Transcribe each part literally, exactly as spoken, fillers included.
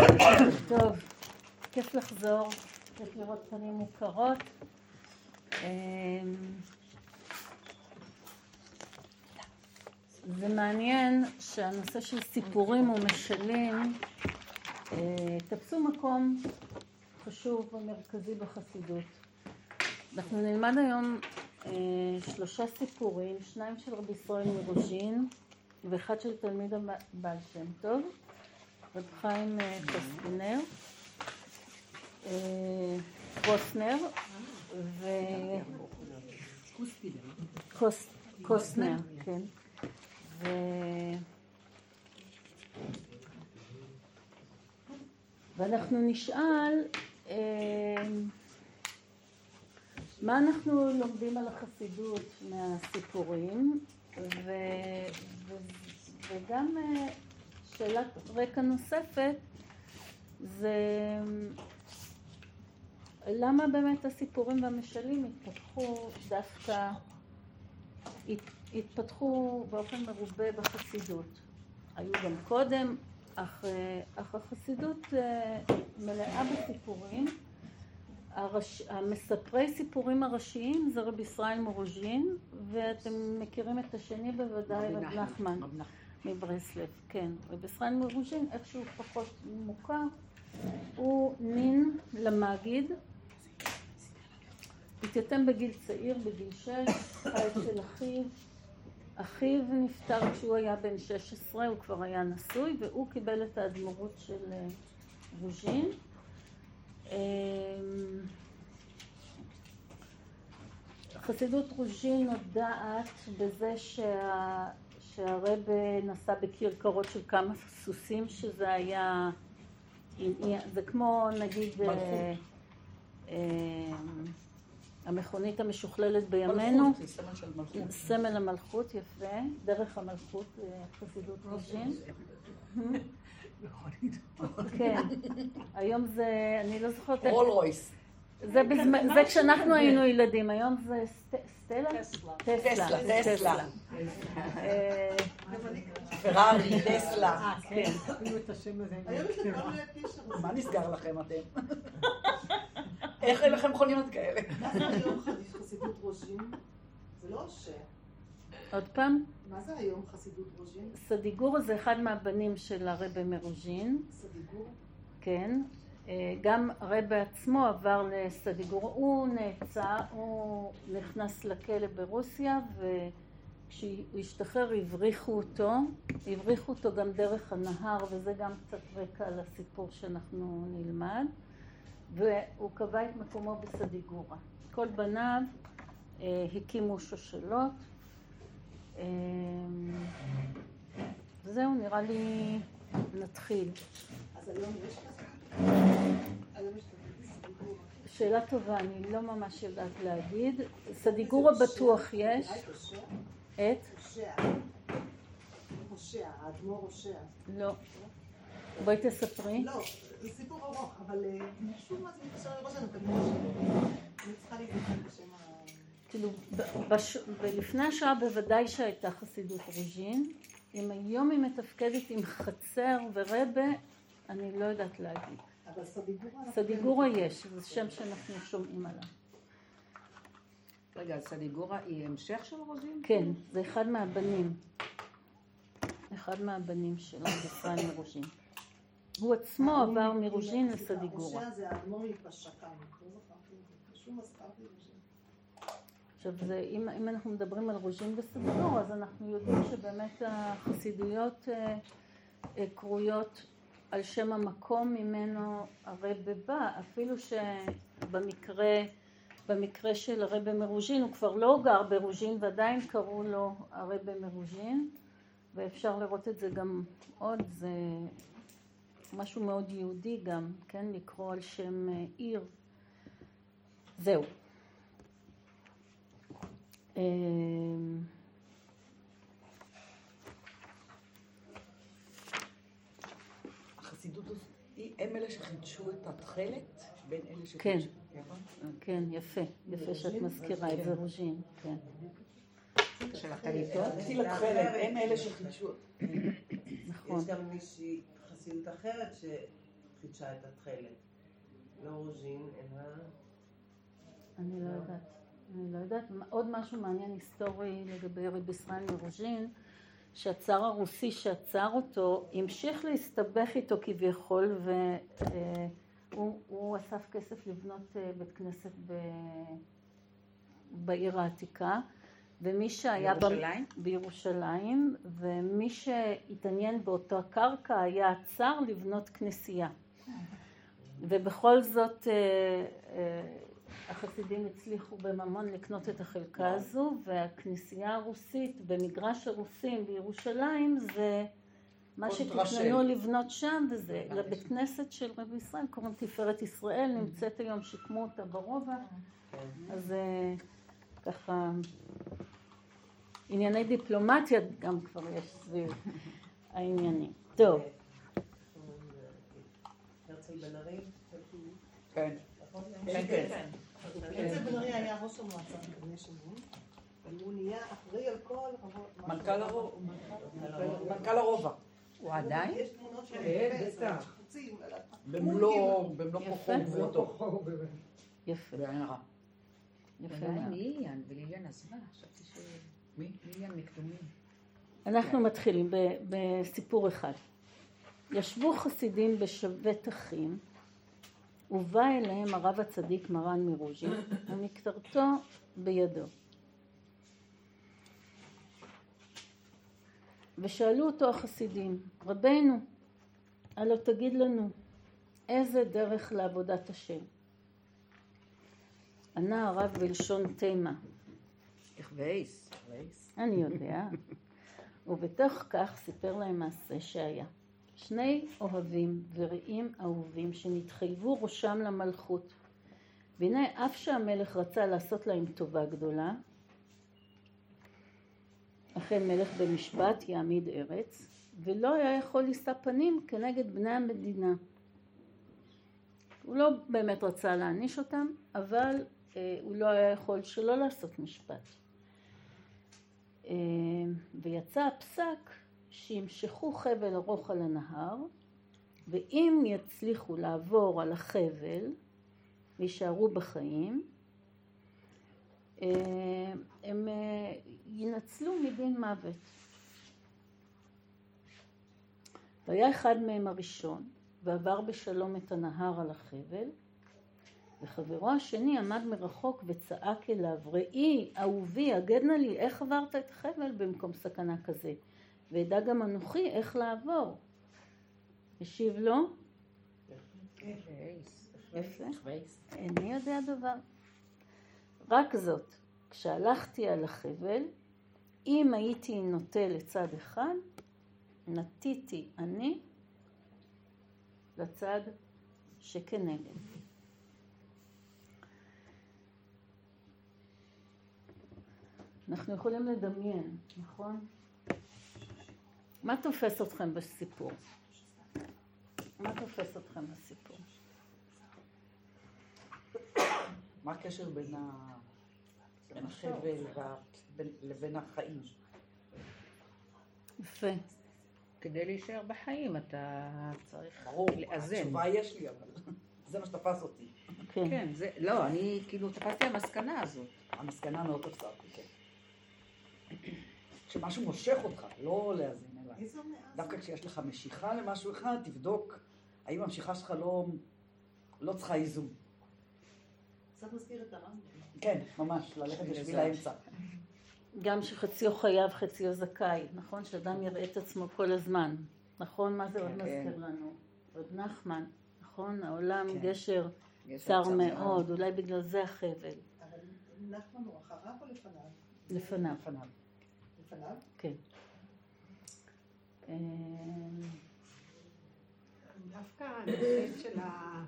טוב, כיף לחזור, כיף לראות פנים מוכרות. זה מעניין שהנושא של סיפורים ומשלים תפסו מקום חשוב ומרכזי בחסידות. אנחנו נלמד היום שלושה סיפורים, שניים של רבי ישראל מרוז'ין ואחד של תלמיד הבעל שם טוב, רב חיים קוסטנר, קוסטנר ו... קוסטנר, כן. ו... ואנחנו נשאל מה אנחנו לומדים על החסידות מהסיפורים, ו... ו... וגם שאלת רקע נוספת זה למה באמת הסיפורים והמשלים התפתחו דווקא, התפתחו באופן מרובה בחסידות. היו גם קודם, אך, אך החסידות מלאה בסיפורים. הרש... המספרי סיפורים הראשיים זה רבי ישראל מרוז'ין, ואתם מכירים את השני בוודאי, רב נחמן מברסלב. כן, רבי ישראל מרוז'ין איכשהו פחות מוכר, הוא נין למגיד, התייתם בגיל צעיר, בגיל שש, חי אצל אחיו. אחיו נפטר כשהוא היה בן שש עשרה, הוא כבר היה נשוי, והוא קיבל את האדמו"רות של רוז'ין. חסידות רוז'ין נודעת בזה שה... שהרב נסע בכרכרות של כמה סוסים, שזה היה, זה כמו נגיד המכונית המשוכללת בימינו, מלכות, זה סמל של מלכות. סמל המלכות, יפה, דרך המלכות, חסידות רוז'ין. כן, היום זה, אני לא זוכרת, רול רויס. זה כשאנחנו היינו ילדים, היום זה סטלה? טסלה, טסלה. פרארי, טסלה. כן. מה נסגר לכם אתם? איך אין לכם מכוניות כאלה? מה זה היום חסידות רוז'ין? זה לא הושע. עוד פעם? מה זה היום חסידות רוז'ין? סדיגור זה אחד מהבנים של הרבי מרוז'ין. סדיגור? כן. גם הרבי עצמו עבר לסדיגור. הוא נעצר, הוא נכנס לכלא ברוסיה, וכשהוא השתחרר הבריחו אותו. הבריחו אותו גם דרך הנהר, וזה גם קצת רקע על הסיפור שאנחנו נלמד. והוא קבע את מקומו בסדיגורה. כל בניו אה, הקימו שושלות. אה, זהו, נראה לי נתחיל. אז היום יש כזה? היום יש סדיגורה. שאלה טובה, אני לא ממש יודעת להגיד. סדיגורה בטוח יש. את? הושע. הושע, האדמו"ר הושע. לא. בואי תספרי. לא, זה סיפור ארוך, אבל משום מה זה מתקשר לראש לנו תמיד השם. אני צריכה להתקשר בשם ה... כאילו, ולפני השעה בוודאי שהייתה חסידות רוז'ין. אם היום היא מתפקדת עם חצר ורבה, אני לא יודעת להגיד. אבל סדיגורה... סדיגורה יש, זה שם שאנחנו שומעים עליו. רגע, סדיגורה היא המשך של רוז'ין? כן, זה אחד מהבנים. אחד מהבנים של רבי ישראל מרוז'ין. הוא עצמו עבר מרוז'ין לסדיגורה. הושע זה האדמו"ר מפשקן. לא זכרתי, שום הזכרתי רוז'ין. עכשיו, זה, אם, אם אנחנו מדברים על רוז'ין וסדיגורה, אז אנחנו יודעים שבאמת החסידויות אה, אה, קרויות על שם המקום ממנו הרבי בא, אפילו שבמקרה במקרה של הרבי מרוז'ין, הוא כבר לא גר ברוז'ין ועדיין קראו לו הרבי מרוז'ין, ואפשר לראות את זה גם עוד, זה משהו מאוד יהודי גם, כן, לקרוא על שם עיר. זהו. החסידות הם אלה שחידשו את התכלת בין אלה שחידשו. כן, כן, יפה, יפה שאת מזכירה את זה רוז'ין, כן. של הטליתות? ציל התכלת, הם אלה שחידשו. נכון. יש גם מישהי חסידות אחרת חידשה את התכלת? לא רוז'ין, אלא... אני לא יודעת. אני לא יודעת. עוד משהו מעניין היסטורי לגבי רבי ישראל מרוז'ין, שהצאר הרוסי שעצר אותו, המשיך להסתבך איתו כביכול, והוא אסף כסף לבנות בית כנסת ב... בעיר העתיקה, ומי שהיה בירושלים? ב... בירושלים, ומי שהתעניין באותו הקרקע היה הצאר לבנות כנסייה. ובכל זאת החסידים הצליחו בממון לקנות את החלקה הזו, והכנסייה הרוסית במגרש הרוסים בירושלים זה מה שתכננו לבנות שם, וזה לבית כנסת של רבי ישראל, קוראים תפארת ישראל, נמצאת היום, שיקמו אותה ברובע, אז ככה ענייני דיפלומטיה גם כבר יש סביב העניינים. טוב. הרצל בן ארי? כן. כן, כן. הרצל בן ארי היה ראש המועצה מקדמי שומרון, והוא נהיה אחראי על כל... מנכ"ל הרובע. הוא עדיין? יש תמונות של חוצים. במלוא כוחו. יפה. בעין הרע. יפה. ליליאן, וליליאן עזבה, חשבתי ש... מי? ליליאן מקדומים. אנחנו מתחילים בסיפור אחד. ישבו חסידים בשבט אחים, ובא אליהם הרב הצדיק מרן מרוז'ין, ומקטרתו בידו. ושאלו אותו החסידים, רבנו, הלא תגיד לנו, איזה דרך לעבודת השם? ענה הרב בלשון תימה. איך וייס? אני יודע. ובתוך כך סיפר להם מעשה שהיה. שני אוהבים ורעים אהובים שנתחייבו ראשם למלכות. והנה אף שהמלך רצה לעשות להם טובה גדולה, אכן מלך במשפט יעמיד ארץ, ולא היה יכול לשא פנים כנגד בני המדינה. הוא לא באמת רצה להעניש אותם, אבל אה, הוא לא היה יכול שלא לעשות משפט. אה, ויצא הפסק שימשכו חבל ארוך על הנהר, ואם יצליחו לעבור על החבל וישארו בחיים, הם ינצלו מדין מוות. והיה אחד מהם הראשון, ועבר בשלום את הנהר על החבל, וחברו השני עמד מרחוק וצעק אליו, ראי, אהובי, הגד נא לי, איך עברת את החבל במקום סכנה כזה? וידע גם אנוכי איך לעבור. השיב לו, יפה, איני יודע דבר. רק זאת, כשהלכתי על החבל, אם הייתי נוטה לצד אחד, נטיתי אני לצד שכנגד. אנחנו יכולים לדמיין, נכון? מה תופס אתכם בסיפור? מה תופס אתכם בסיפור? מה הקשר בין החבל לבין החיים? יפה. כדי להישאר בחיים אתה צריך ברור, לאזן. התשובה יש לי, אבל זה מה שתפס אותי. כן. כן, זה, לא, אני כאילו תפסתי המסקנה הזאת. המסקנה מאוד תפסה אותי, כן. כשמשהו מושך אותך, לא להאזין אליי. איזו מאז? דווקא כשיש לך משיכה למשהו אחד, תבדוק האם המשיכה שלך לא, לא צריכה איזון. קצת מזכיר את הרמב"ם. כן, ממש, ללכת בשביל האמצע. גם שחציו חייב, חציו זכאי, נכון? שאדם יראה את עצמו כל הזמן. נכון? מה זה עוד מזכיר לנו? עוד נחמן, נכון? העולם גשר צר מאוד, אולי בגלל זה החבל. אבל נחמן הוא אחריו או לפניו? לפניו. לפניו. לפניו? כן. דווקא הנושא של ה...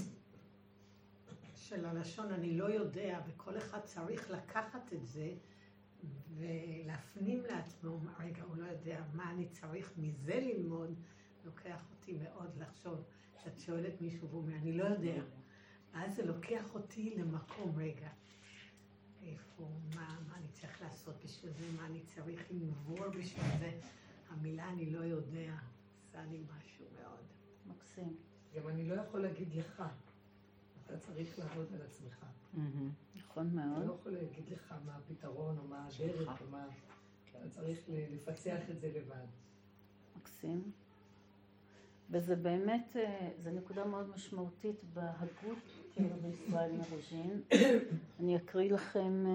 של הלשון, אני לא יודע, וכל אחד צריך לקחת את זה ולהפנים לעצמו, רגע, הוא לא יודע מה אני צריך מזה ללמוד, לוקח אותי מאוד לחשוב, שאת שואלת מישהו ואומר, אני לא יודע, ואז זה לוקח אותי למקום, רגע, איפה, מה, מה אני צריך לעשות בשביל זה, מה אני צריך לנבור בשביל זה, המילה אני לא יודע, עשה לי משהו מאוד. מקסים. גם אני לא יכול להגיד לך. אתה צריך לעבוד על עצמך. נכון אני מאוד. לא יכול להגיד לך מה הפתרון או מה הדרך או מה... אתה צריך לפצח את זה לבד. מקסים. וזה באמת, זו נקודה מאוד משמעותית בהגות של רבי ישראל מרוז'ין. אני אקריא לכם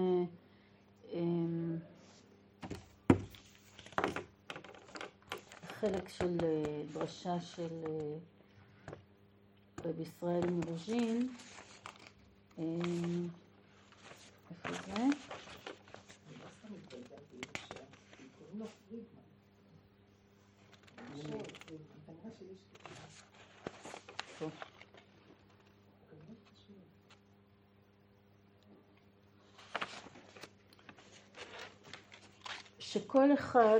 חלק של דרשה של רבי ישראל מרוז'ין. איפה זה? שכל אחד,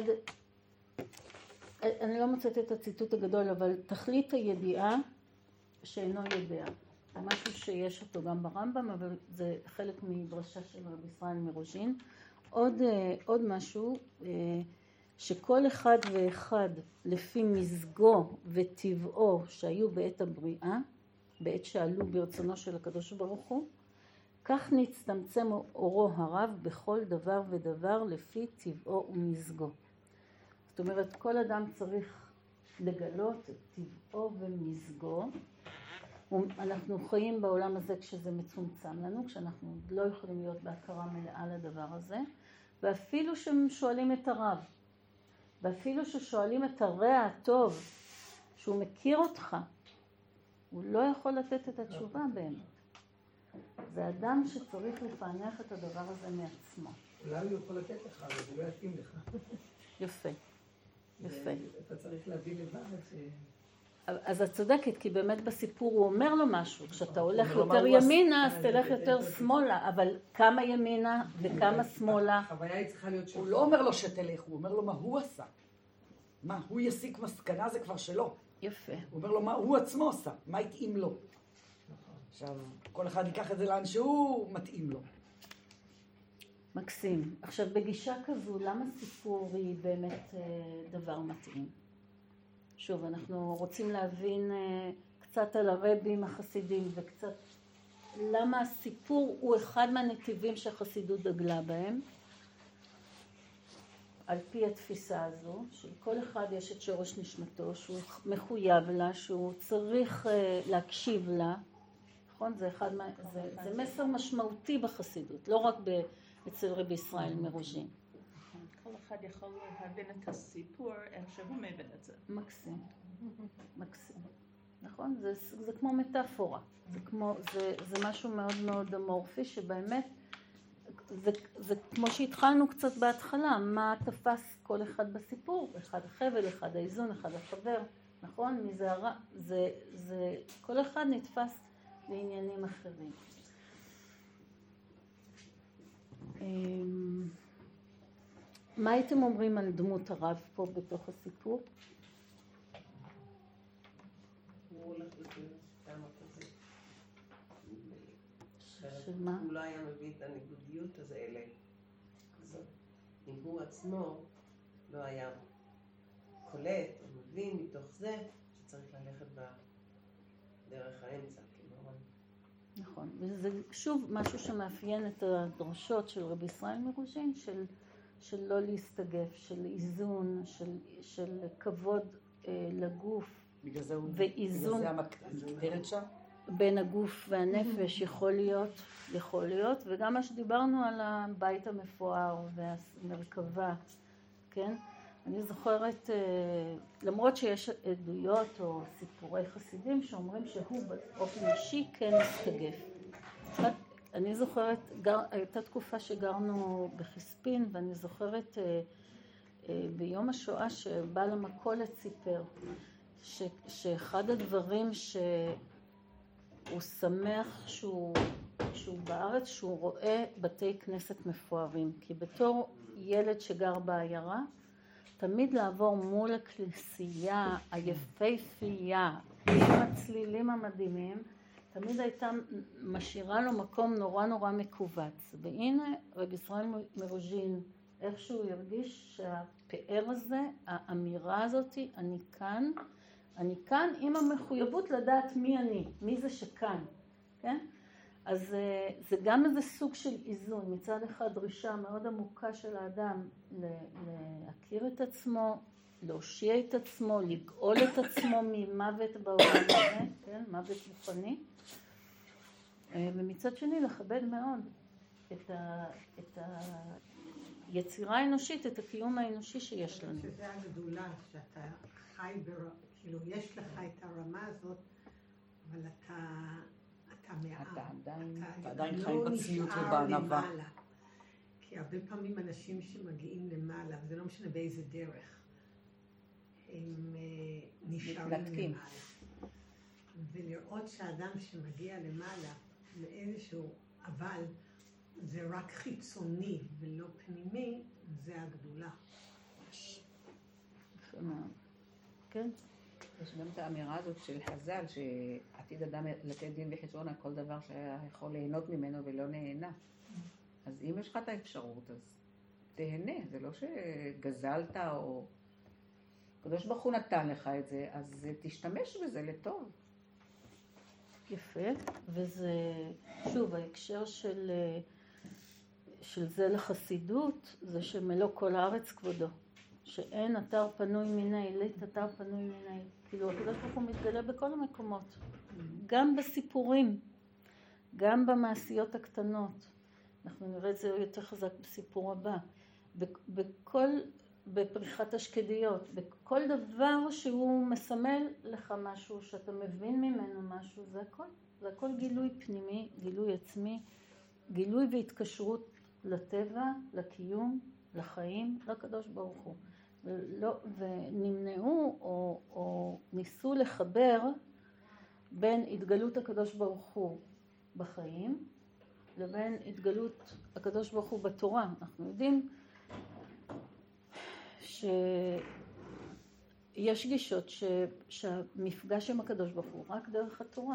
אני לא מוצאת את הציטוט הגדול, אבל תכלית הידיעה שאינו יודע. זה משהו שיש אותו גם ברמב"ם, אבל זה חלק מדרשה של רבי ישראל מרוז'ין. עוד, עוד משהו, שכל אחד ואחד לפי מזגו וטבעו שהיו בעת הבריאה, בעת שעלו ברצונו של הקדוש ברוך הוא, כך נצטמצם אורו הרב בכל דבר ודבר לפי טבעו ומזגו. זאת אומרת, כל אדם צריך לגלות את טבעו ומזגו. אנחנו חיים בעולם הזה כשזה מצומצם לנו, כשאנחנו לא יכולים להיות בהכרה מלאה לדבר הזה, ואפילו ששואלים את הרב, ואפילו ששואלים את הרע הטוב, שהוא מכיר אותך, הוא לא יכול לתת את התשובה באמת. זה אדם שצריך לפענח את הדבר הזה מעצמו. אולי הוא יכול לתת לך, אבל זה לא יתאים לך. יפה, יפה. אתה צריך להביא לבד ש... אז את צודקת, כי באמת בסיפור הוא אומר לו משהו. כשאתה הולך יותר ימינה, אז תלך יותר שמאלה, אבל כמה ימינה וכמה שמאלה. החוויה היא צריכה להיות שלך. הוא לא אומר לו שתלך, הוא אומר לו מה הוא עשה. מה, הוא יסיק מסקנה זה כבר שלו. יפה. הוא אומר לו מה הוא עצמו עשה, מה התאים לו. עכשיו, כל אחד ייקח את זה לאן שהוא מתאים לו. מקסים. עכשיו, בגישה כזו, למה סיפור היא באמת דבר מתאים? שוב, אנחנו רוצים להבין קצת על הרבים החסידים וקצת למה הסיפור הוא אחד מהנתיבים שהחסידות דגלה בהם. על פי התפיסה הזו, שלכל אחד יש את שורש נשמתו, שהוא מחויב לה, שהוא צריך להקשיב לה. נכון? זה, אחד מה, זה, זה מסר משמעותי בחסידות, לא רק ב, אצל רבי ישראל מרוז'ין. כל אחד יכול להבין את הסיפור איך שהוא מבין את זה. מקסים, מקסים. נכון? זה, זה כמו מטאפורה. זה, כמו, זה, זה משהו מאוד מאוד אמורפי, שבאמת, זה, זה כמו שהתחלנו קצת בהתחלה, מה תפס כל אחד בסיפור, אחד החבל, אחד האיזון, אחד החבר, נכון? מי זה הרע, זה, זה, כל אחד נתפס לעניינים אחרים. מה הייתם אומרים על דמות הרב פה בתוך הסיפור? הוא הולך לפני כמה כזה. של מה? הוא לא היה מביא את הניגודיות הזה אלה. אם הוא עצמו לא היה קולט או מבין מתוך זה שצריך ללכת בדרך האמצע. נכון, וזה שוב משהו שמאפיין את הדרשות של רבי ישראל מרוז'ין, של, של לא להסתגף, של איזון, של, של כבוד אה, לגוף בגלל זה הוא... ואיזון. בגלל זה המקטרת שם? בין הגוף והנפש יכול להיות, יכול להיות, וגם מה שדיברנו על הבית המפואר והמרכבה, כן? אני זוכרת, למרות שיש עדויות או סיפורי חסידים שאומרים שהוא באופן אישי כן מסתגף. אני זוכרת, גר, הייתה תקופה שגרנו בחספין, ואני זוכרת ביום השואה שבעל המכולת סיפר, ש, שאחד הדברים שהוא שמח שהוא, שהוא בארץ, שהוא רואה בתי כנסת מפוארים, כי בתור ילד שגר בעיירה, תמיד לעבור מול הכנסייה היפהפייה, עם הצלילים המדהימים, תמיד הייתה משאירה לו מקום נורא נורא מקובץ. והנה רבי ישראל מרוז'ין, איכשהו הרגיש שהפאר הזה, האמירה הזאת, אני כאן, אני כאן עם המחויבות לדעת מי אני, מי זה שכאן, כן? אז זה גם איזה סוג של איזון, מצד אחד דרישה מאוד עמוקה של האדם להכיר את עצמו, להושיע את עצמו, לגאול את עצמו ממוות בעולם הזה, כן? מוות רוחני, ומצד שני לכבד מאוד את, ה, את היצירה האנושית, את הקיום האנושי שיש לנו. שזה הגדולה, שאתה חי, בר... כאילו יש לך את הרמה הזאת, אבל אתה, אתה מעל. אתה עדיין, אתה עדיין לא חי בציות נשאר ובענווה. למעלה. כי הרבה פעמים אנשים שמגיעים למעלה, וזה לא משנה באיזה דרך, הם uh, נשארים מתלקטים. למעלה. ולראות שהאדם שמגיע למעלה לאיזשהו, אבל זה רק חיצוני ולא פנימי, זה הגדולה. כן? יש גם את האמירה הזאת של חז"ל, שעתיד אדם לתת דין וחשבון על כל דבר שהיה יכול ליהנות ממנו ולא נהנה. אז אם יש לך את האפשרות, אז תהנה. זה לא שגזלת או... הקדוש ברוך הוא נתן לך את זה, אז תשתמש בזה לטוב. יפה, וזה, שוב, ההקשר של, של זה לחסידות, זה שמלוא כל הארץ כבודו. שאין אתר פנוי מיני, לית אתר פנוי מיני. כאילו, הקדוש ברוך הוא מתגלה בכל המקומות. גם בסיפורים, גם במעשיות הקטנות. אנחנו נראה את זה יותר חזק בסיפור הבא. בכל, בפריחת השקדיות, בכל דבר שהוא מסמל לך משהו, שאתה מבין ממנו משהו, זה הכל. זה הכל גילוי פנימי, גילוי עצמי, גילוי והתקשרות לטבע, לקיום, לחיים, לקדוש ברוך הוא. ולא, ונמנעו או, או ניסו לחבר בין התגלות הקדוש ברוך הוא בחיים לבין התגלות הקדוש ברוך הוא בתורה. אנחנו יודעים שיש גישות ש, שהמפגש עם הקדוש ברוך הוא רק דרך התורה,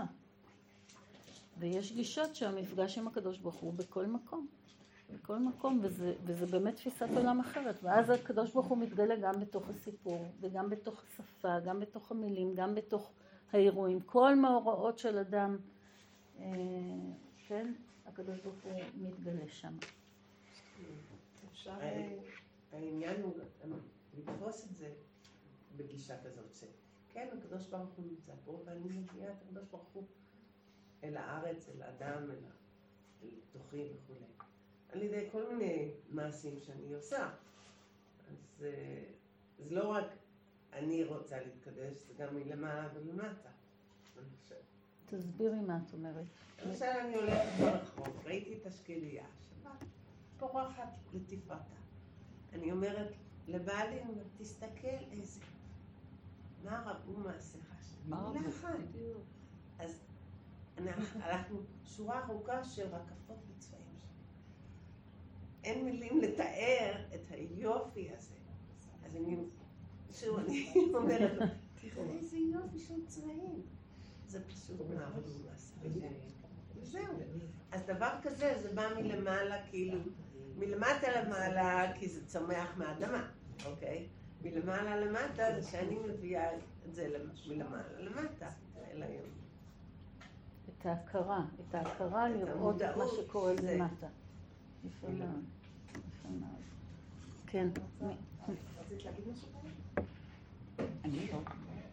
ויש גישות שהמפגש עם הקדוש ברוך הוא בכל מקום. בכל מקום, וזה, וזה באמת תפיסת עולם אחרת. ואז הקדוש ברוך הוא מתגלה גם בתוך הסיפור, וגם בתוך השפה, גם בתוך המילים, גם בתוך האירועים. כל מאורעות של אדם, אה, כן, הקדוש ברוך הוא מתגלה שם. אפשר... העניין הוא לתפוס את זה בגישה כזאת, שכן, הקדוש ברוך הוא נמצא פה, ואני מביאה את הקדוש ברוך הוא אל הארץ, אל האדם, אל תוכי וכו'. על ידי כל מיני מעשים שאני עושה. אז זה לא רק אני רוצה להתקדש, זה גם מלמעלה ולמטה. תסבירי מה את אומרת. למשל אני הולכת ברחוב, ראיתי את השקדיה, שבת פורחת לתפארתה. אני אומרת לבעלי, תסתכל איזה, מה רבו מעשיך שם? מה רבו? בדיוק. אז הלכנו שורה ארוכה של רקפות בצבעים. אין מילים לתאר את היופי הזה. אז אני, שוב, אני אומרת לו, תראה איזה יופי של צבעים. זה פשוט מערבו מעשה. וזהו. אז דבר כזה, זה בא מלמעלה, כאילו, מלמטה למעלה, כי זה צומח מהאדמה, אוקיי? מלמעלה למטה, זה שאני מביאה את זה מלמעלה למטה, אל היום. את ההכרה, את ההכרה לראות את מה שקורה למטה. יפה מאוד. יפה מאוד. כן. רצית להגיד משהו? אני לא.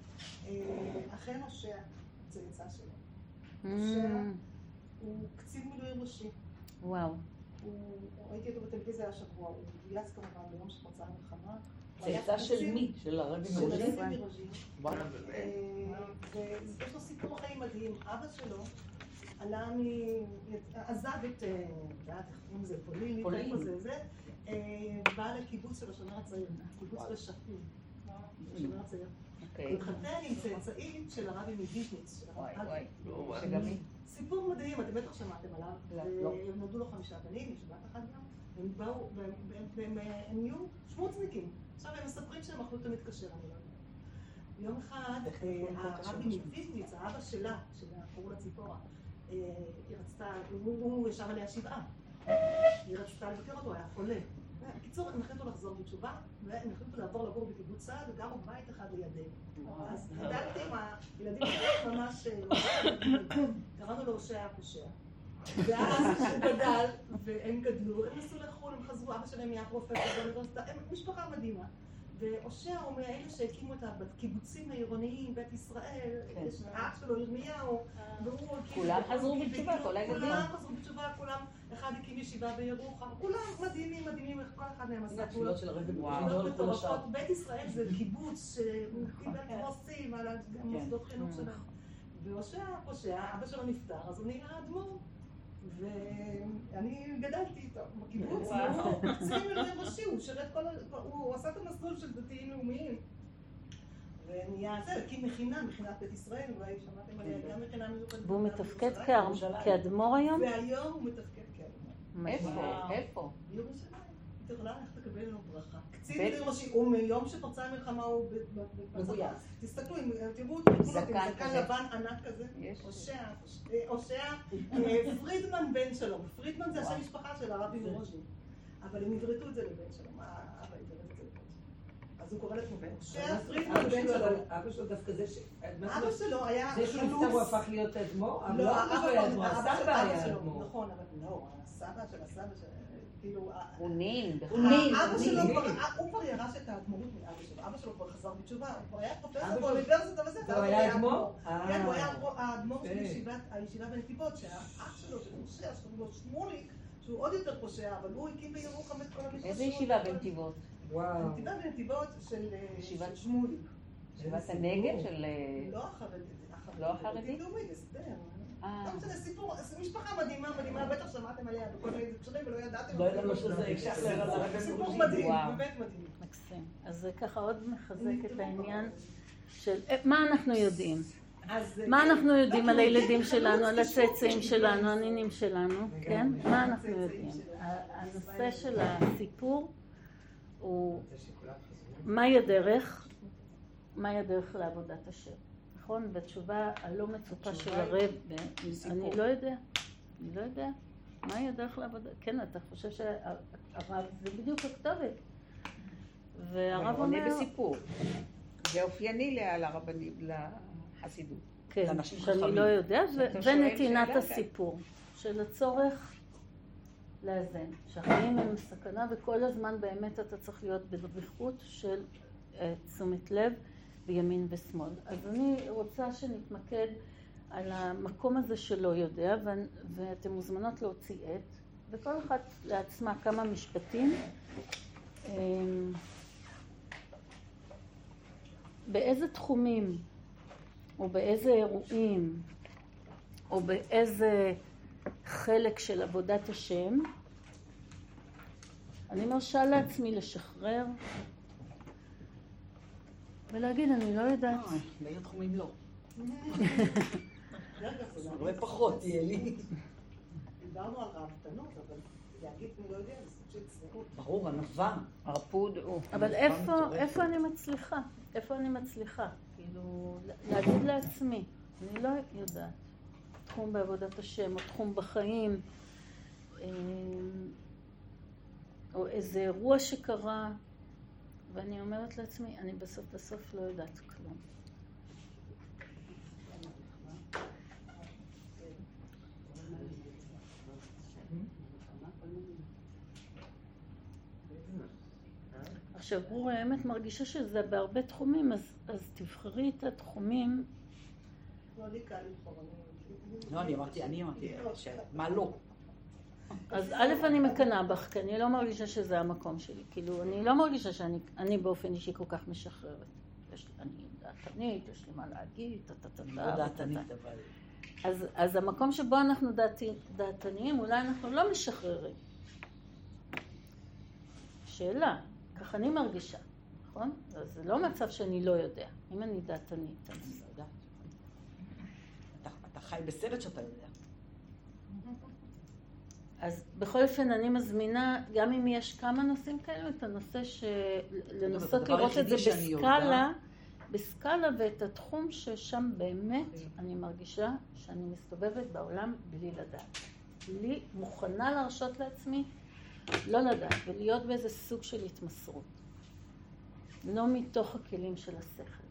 אחרי נושע, צאצא שלו. נושע הוא קצין מילואים ראשי. וואו. ראיתי אותו בטלוויזיה השבוע, הוא גויס כמובן ביום שפרצה המלחמה. צאצא של מי? של הרבי של מרוז'ין? הרבי מרוז'ין. וואלה. ויש לו סיפור חיים מדהים. אבא שלו עלה מ... עזב את, יודעת, איך קוראים לזה, פולין, פולין. איפה זה, זה, בא לקיבוץ של השומר הצעיר, קיבוץ רשפים, השומר הצעיר. הוא התחתן עם צאצאית של הרבי מוויז'ניץ, של וואי הרבי. וואי, שגם היא. סיפור מדהים, אתם בטח שמעתם עליו. לא. הם נולדו לו חמישה בנים, יש בת אחת גם. הם באו, והם נהיו שמוצניקים. עכשיו הם מספרים שהם אכלו את המתקשר, אני לא יודעת. יום אחד, הרבי מוויז'ניץ, האבא שלה, שקראו לה ציפורה, היא רצתה, הוא ישב עליה שבעה. היא רצתה לבקר אותו, היה חולה. בקיצור, הם החליטו לחזור בתשובה, והם החליטו לעבור לגור בקיבוץ סעד, וגרו בית אחד לידינו. אז גדלתי עם הילדים שלי ממש, קראנו לו הושע הפושע. ואז הוא גדל, והם גדלו, הם נסעו לחו"ל, הם חזרו, אבא שלהם היה פרופסור באוניברסיטה, הם משפחה מדהימה. והושע הוא מאלה שהקימו את הקיבוצים העירוניים, בית ישראל, יש אח שלו ירמיהו, והוא... כולם חזרו בתשובה, כל הילדים. כולם חזרו בתשובה, כולם, אחד הקים ישיבה בירוחם, כולם מדהימים, מדהימים, כל אחד מהם עשה פעולות של הרבי פעולות מטורפות. בית ישראל זה קיבוץ שקיבל פרוסים על המוסדות חינוך שלהם. והושע, הושע, אבא שלו נפטר, אז הוא נהיה האדמו"ר. ואני גדלתי איתו בקיבוץ, והוא קצין מילואים ראשי, הוא שירת כל... הוא עשה את המסלול של דתיים לאומיים. ונהיה זה, הקים מכינה, מכינת בית ישראל, אולי שמעתם עליה, גם מכינה מיוחדת. והוא מתפקד כאדמו"ר היום? והיום הוא מתפקד כאדמו"ר. איפה? איפה? בירושלים. אתה יכולה ללכת לקבל לנו ברכה. קצין מילואים ראשי, הוא מיום שפרצה המלחמה הוא בצבא. תסתכלו, תראו אותו, זקן לבן ענק כזה. הושע, פרידמן בן שלום. פרידמן זה השם משפחה של הרבי מרוז'ין. אבל הם עברתו את זה לבן שלום. אבא עברת את זה לבן שלום. אז הוא קורא לעצמו בן. הושע, פרידמן בן שלום. אבא שלו דווקא זה ש... אבא שלו היה... זה שהוא נפטר הוא הפך להיות אדמו"ר? אבל לא, אבא שלו היה אדמו"ר, הסבא היה שלו. אדמו"ר. נכון, אבל לא, הסבא של הסבא של... הוא נין, אבא שלו, הוא כבר ירש את האדמו"רות מאבא שלו, אבא שלו כבר חזר בתשובה, הוא כבר היה פרופסור באוניברסיטה וזה, הוא היה אדמו"ר? כן, הוא היה האדמו"ר של הישיבה בנתיבות, שהאח שלו, של פושע, שקוראים לו שמוליק, שהוא עוד יותר פושע, אבל הוא הקים בירוחם את כל המקצוע. איזה ישיבה בנתיבות? ישיבה בנתיבות של שמוליק. ישיבת הנגב של... לא החרדית. לא החרדית? לאומית, הסדר. לא משנה, סיפור, משפחה מדהימה, מדהימה, בטח שמעתם עליה בכל מיני קשרים ולא ידעתם. לא ידענו שזה יקשח לרב. סיפור מדהים, באמת מדהים. מקסים. אז זה ככה עוד מחזק את העניין של מה אנחנו יודעים. מה אנחנו יודעים על הילדים שלנו, על הצאצאים שלנו, הנינים שלנו, כן? מה אנחנו יודעים? הנושא של הסיפור הוא מהי הדרך, מהי הדרך לעבודת השם. נכון? בתשובה הלא מצופה של הרב, אני לא יודע, אני לא יודע, מהי הדרך לעבודה? כן, אתה חושב שהרב זה בדיוק הכתובת. והרב אומר... עונה בסיפור. זה אופייני לרבנים, לחסידות. כן, שאני לא יודע, ונתינת הסיפור, של הצורך לאזן. שהחיים הם סכנה, וכל הזמן באמת אתה צריך להיות בדריכות של תשומת לב, בימין ושמאל. אז אני רוצה שנתמקד על המקום הזה שלא יודע, ואתם מוזמנות להוציא עט, וכל אחת לעצמה כמה משפטים. באיזה תחומים, או באיזה אירועים, או באיזה חלק של עבודת השם, אני מרשה לעצמי לשחרר, ולהגיד, אני לא יודעת. באיזה תחומים לא. הרבה פחות תהיה לי. דיברנו על רעבתנות, אבל להגיד, אני לא יודע, זה סוג של צניעות. ברור, ענווה. הרפוד. אבל איפה אני מצליחה? איפה אני מצליחה? כאילו, להגיד לעצמי, אני לא יודעת. תחום בעבודת השם, או תחום בחיים, או איזה אירוע שקרה, ואני אומרת לעצמי, אני בסוף בסוף לא יודעת כלום. עכשיו, הוא באמת מרגישה שזה בהרבה תחומים, אז, אז תבחרי את התחומים. לא, לי קל לבחור. לא, אני אמרתי, אני אמרתי, מה לא? אז א', אני מקנה בך, כי אני לא מרגישה שזה המקום שלי. כאילו, אני לא מרגישה שאני אני באופן אישי כל כך משחררת. יש, אני דעתנית, יש לי מה להגיד, טטטטטט. לא דעתנית, אבל... אז, אז המקום שבו אנחנו דעתי, דעתניים, אולי אנחנו לא משחררים. שאלה, כך אני מרגישה, נכון? אז זה לא מצב שאני לא יודע. אם אני דעתנית, אני לא יודעת. אתה, אתה חי בסרט שאתה יודע. אז בכל אופן אני מזמינה, גם אם יש כמה נושאים כאלו, את הנושא של... לנסות לראות את זה בסקאלה, בסקאלה ואת התחום ששם באמת אני מרגישה שאני מסתובבת בעולם בלי לדעת. בלי מוכנה להרשות לעצמי לא לדעת, ולהיות באיזה סוג של התמסרות. לא מתוך הכלים של השכל.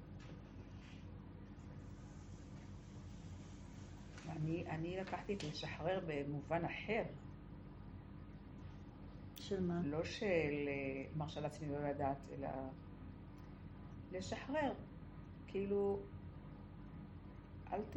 אני, אני לקחתי את לשחרר במובן אחר. של מה? לא של מרשה לעצמי לא לדעת, אלא לשחרר. כאילו, אל ת...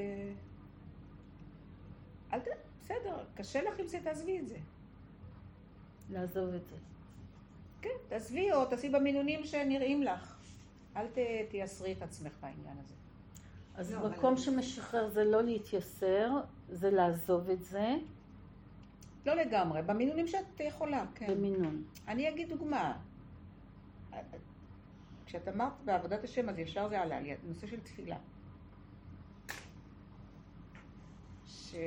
אל ת... בסדר, קשה לך עם זה, תעזבי את זה. לעזוב את זה. כן, תעזבי או תעשי במינונים שנראים לך. אל ת... תייסרי את עצמך בעניין הזה. אז לא, מקום אבל- שמשחרר זה לא להתייסר, זה לעזוב את זה לא לגמרי, במינונים שאת יכולה, כן. במינון. אני אגיד דוגמה. כשאת אמרת בעבודת השם, אז ישר זה עלה לי, נושא של תפילה. ש...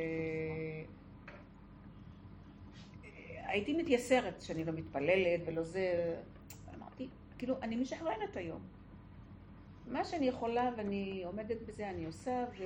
הייתי מתייסרת שאני לא מתפללת ולא זה... אמרתי, כאילו, אני משחררת היום. מה שאני יכולה ואני עומדת בזה, אני עושה, ו...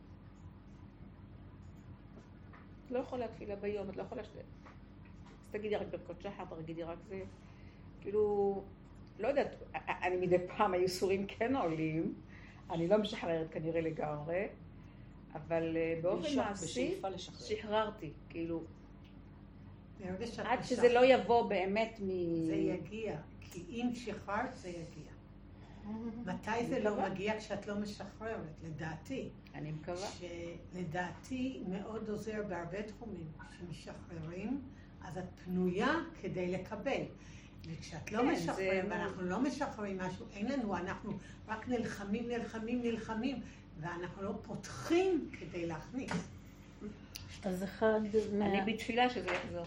את לא יכולה תפילה ביום, את לא יכולה... ש... אז תגידי רק ברכות שחר, תגידי רק זה. כאילו, לא יודעת, אני מדי פעם היסורים כן עולים, אני לא משחררת כנראה לגמרי, אבל באופן בשאיפה מעשי לשחרר. שחררתי, כאילו, ברגע שאת עד שזה משחררת, לא יבוא באמת מ... זה יגיע, כי אם שחררת זה יגיע. מתי זה לא מגיע? כשאת לא משחררת, לדעתי. אני מקווה. שלדעתי מאוד עוזר בהרבה תחומים. כשמשחררים, אז את פנויה כדי לקבל. וכשאת לא כן, משחררים, זה- ואנחנו לא משחררים משהו, אין לנו, אנחנו רק נלחמים, נלחמים, נלחמים, ואנחנו לא פותחים כדי להכניס. אז אחד מה... אני בתפילה שזה יחזור.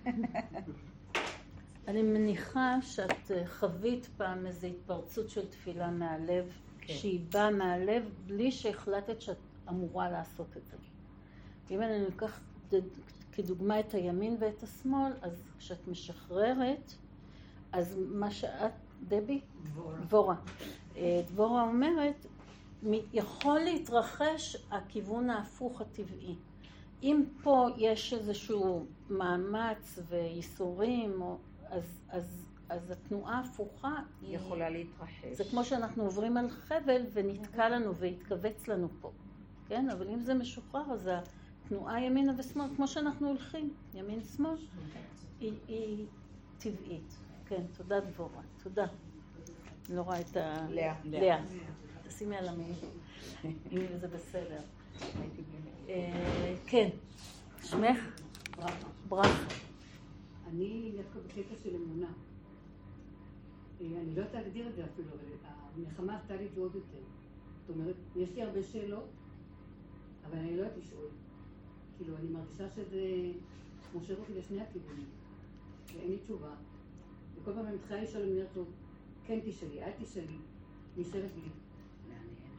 אני מניחה שאת אה, חווית פעם איזו התפרצות של תפילה מהלב, כן. שהיא באה מהלב בלי שהחלטת שאת אמורה לעשות את זה. אם אני לוקח ד- כדוגמה את הימין ואת השמאל, אז כשאת משחררת, אז מה שאת, דבי? דבורה. דבורה. אה, דבורה אומרת, מ- יכול להתרחש הכיוון ההפוך הטבעי. אם פה יש איזשהו מאמץ וייסורים, או- אז, אז, אז התנועה ההפוכה היא... יכולה להתרחש. זה כמו שאנחנו עוברים על חבל ונתקע לנו והתכווץ לנו פה, כן? אבל אם זה משוחרר, אז התנועה ימינה ושמאל, כמו שאנחנו הולכים, ימין שמאל, היא, היא טבעית. כן, תודה דבורה, תודה. אני לא רואה את ה... לאה. לאה. שימי על המילים, אם זה בסדר. אה, כן, שמך? ברכה. ברכה. אני דווקא בקטע של אמונה. אה, אני לא יודעת להגדיר את זה אפילו, אבל המלחמה עשתה לי את זה עוד יותר. זאת אומרת, יש לי הרבה שאלות, אבל אני לא יודעת לשאול. כאילו, אני מרגישה שזה מושך אותי לשני הכיוונים, ואין לי תשובה. וכל פעם אני מתחילה לשאול, אני אומרת לו, כן תשאלי, אל תשאלי, נשארת בלי. מעניין.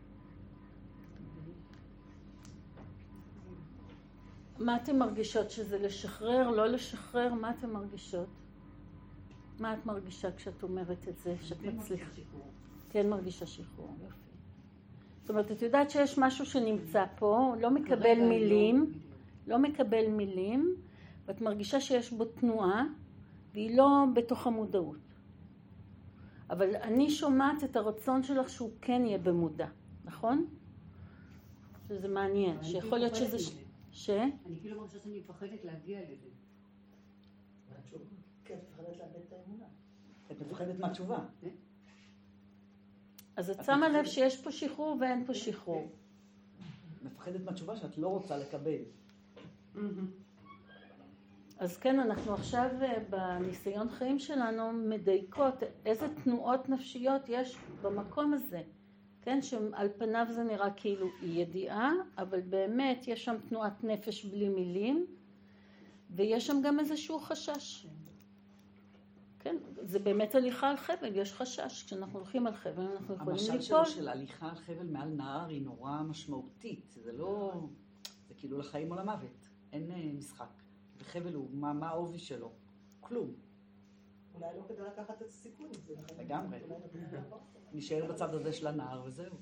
מה אתן מרגישות? שזה לשחרר, לא לשחרר? מה אתן מרגישות? מה את מרגישה כשאת אומרת את זה, שאת כן מרגישה מצליחה? שחרור. כן מרגישה שחרור, יופי. זאת אומרת, את יודעת שיש משהו שנמצא פה, לא מקבל כרגע אני מילים, בדיוק. לא מקבל מילים, ואת מרגישה שיש בו תנועה, והיא לא בתוך המודעות. אבל אני שומעת את הרצון שלך שהוא כן יהיה במודע, נכון? שזה מעניין, אבל שיכול אני להיות כאילו שזה... מפחדת ש... מזה. אני כאילו מרגישה שאני מפחדת להגיע לזה. כן, מפחדת לאבד את האמונה. את מפחדת מהתשובה. אז את שמה לב שיש פה שחרור ואין פה שחרור. מפחדת מהתשובה שאת לא רוצה לקבל. אז כן, אנחנו עכשיו אה, בניסיון חיים שלנו מדייקות איזה תנועות נפשיות יש במקום הזה. כן, שעל פניו זה נראה כאילו היא ידיעה, אבל באמת יש שם תנועת נפש בלי מילים, ויש שם גם איזשהו חשש. כן, זה באמת הליכה על חבל, יש חשש. כשאנחנו הולכים על חבל, אנחנו יכולים המשל ליפול. שלו של הליכה על חבל מעל נהר היא נורא משמעותית. זה לא... זה כאילו לחיים או למוות. אין אה, משחק. וחבל הוא, מה, מה העובי שלו? כלום. אולי לא כדאי לקחת את הסיכון הזה. לגמרי. אולי לא לעבור. נשאר בצד הזה של הנהר וזהו.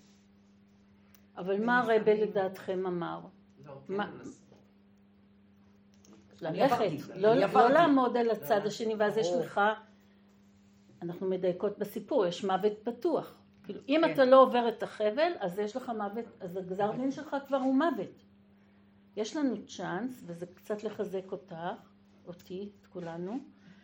אבל מה הרבה לדעתכם אמר? לא, מה- כן, אז- אני ללכת, עברתי, לא, אני לא עברתי. לעמוד על הצד לא, השני, ואז יש ברור. לך, אנחנו מדייקות בסיפור, יש מוות פתוח. כאילו, אם כן. אתה לא עובר את החבל, אז יש לך מוות, אז הגזר דין שלך כבר הוא מוות. יש לנו צ'אנס, וזה קצת לחזק אותך, אותי, את כולנו,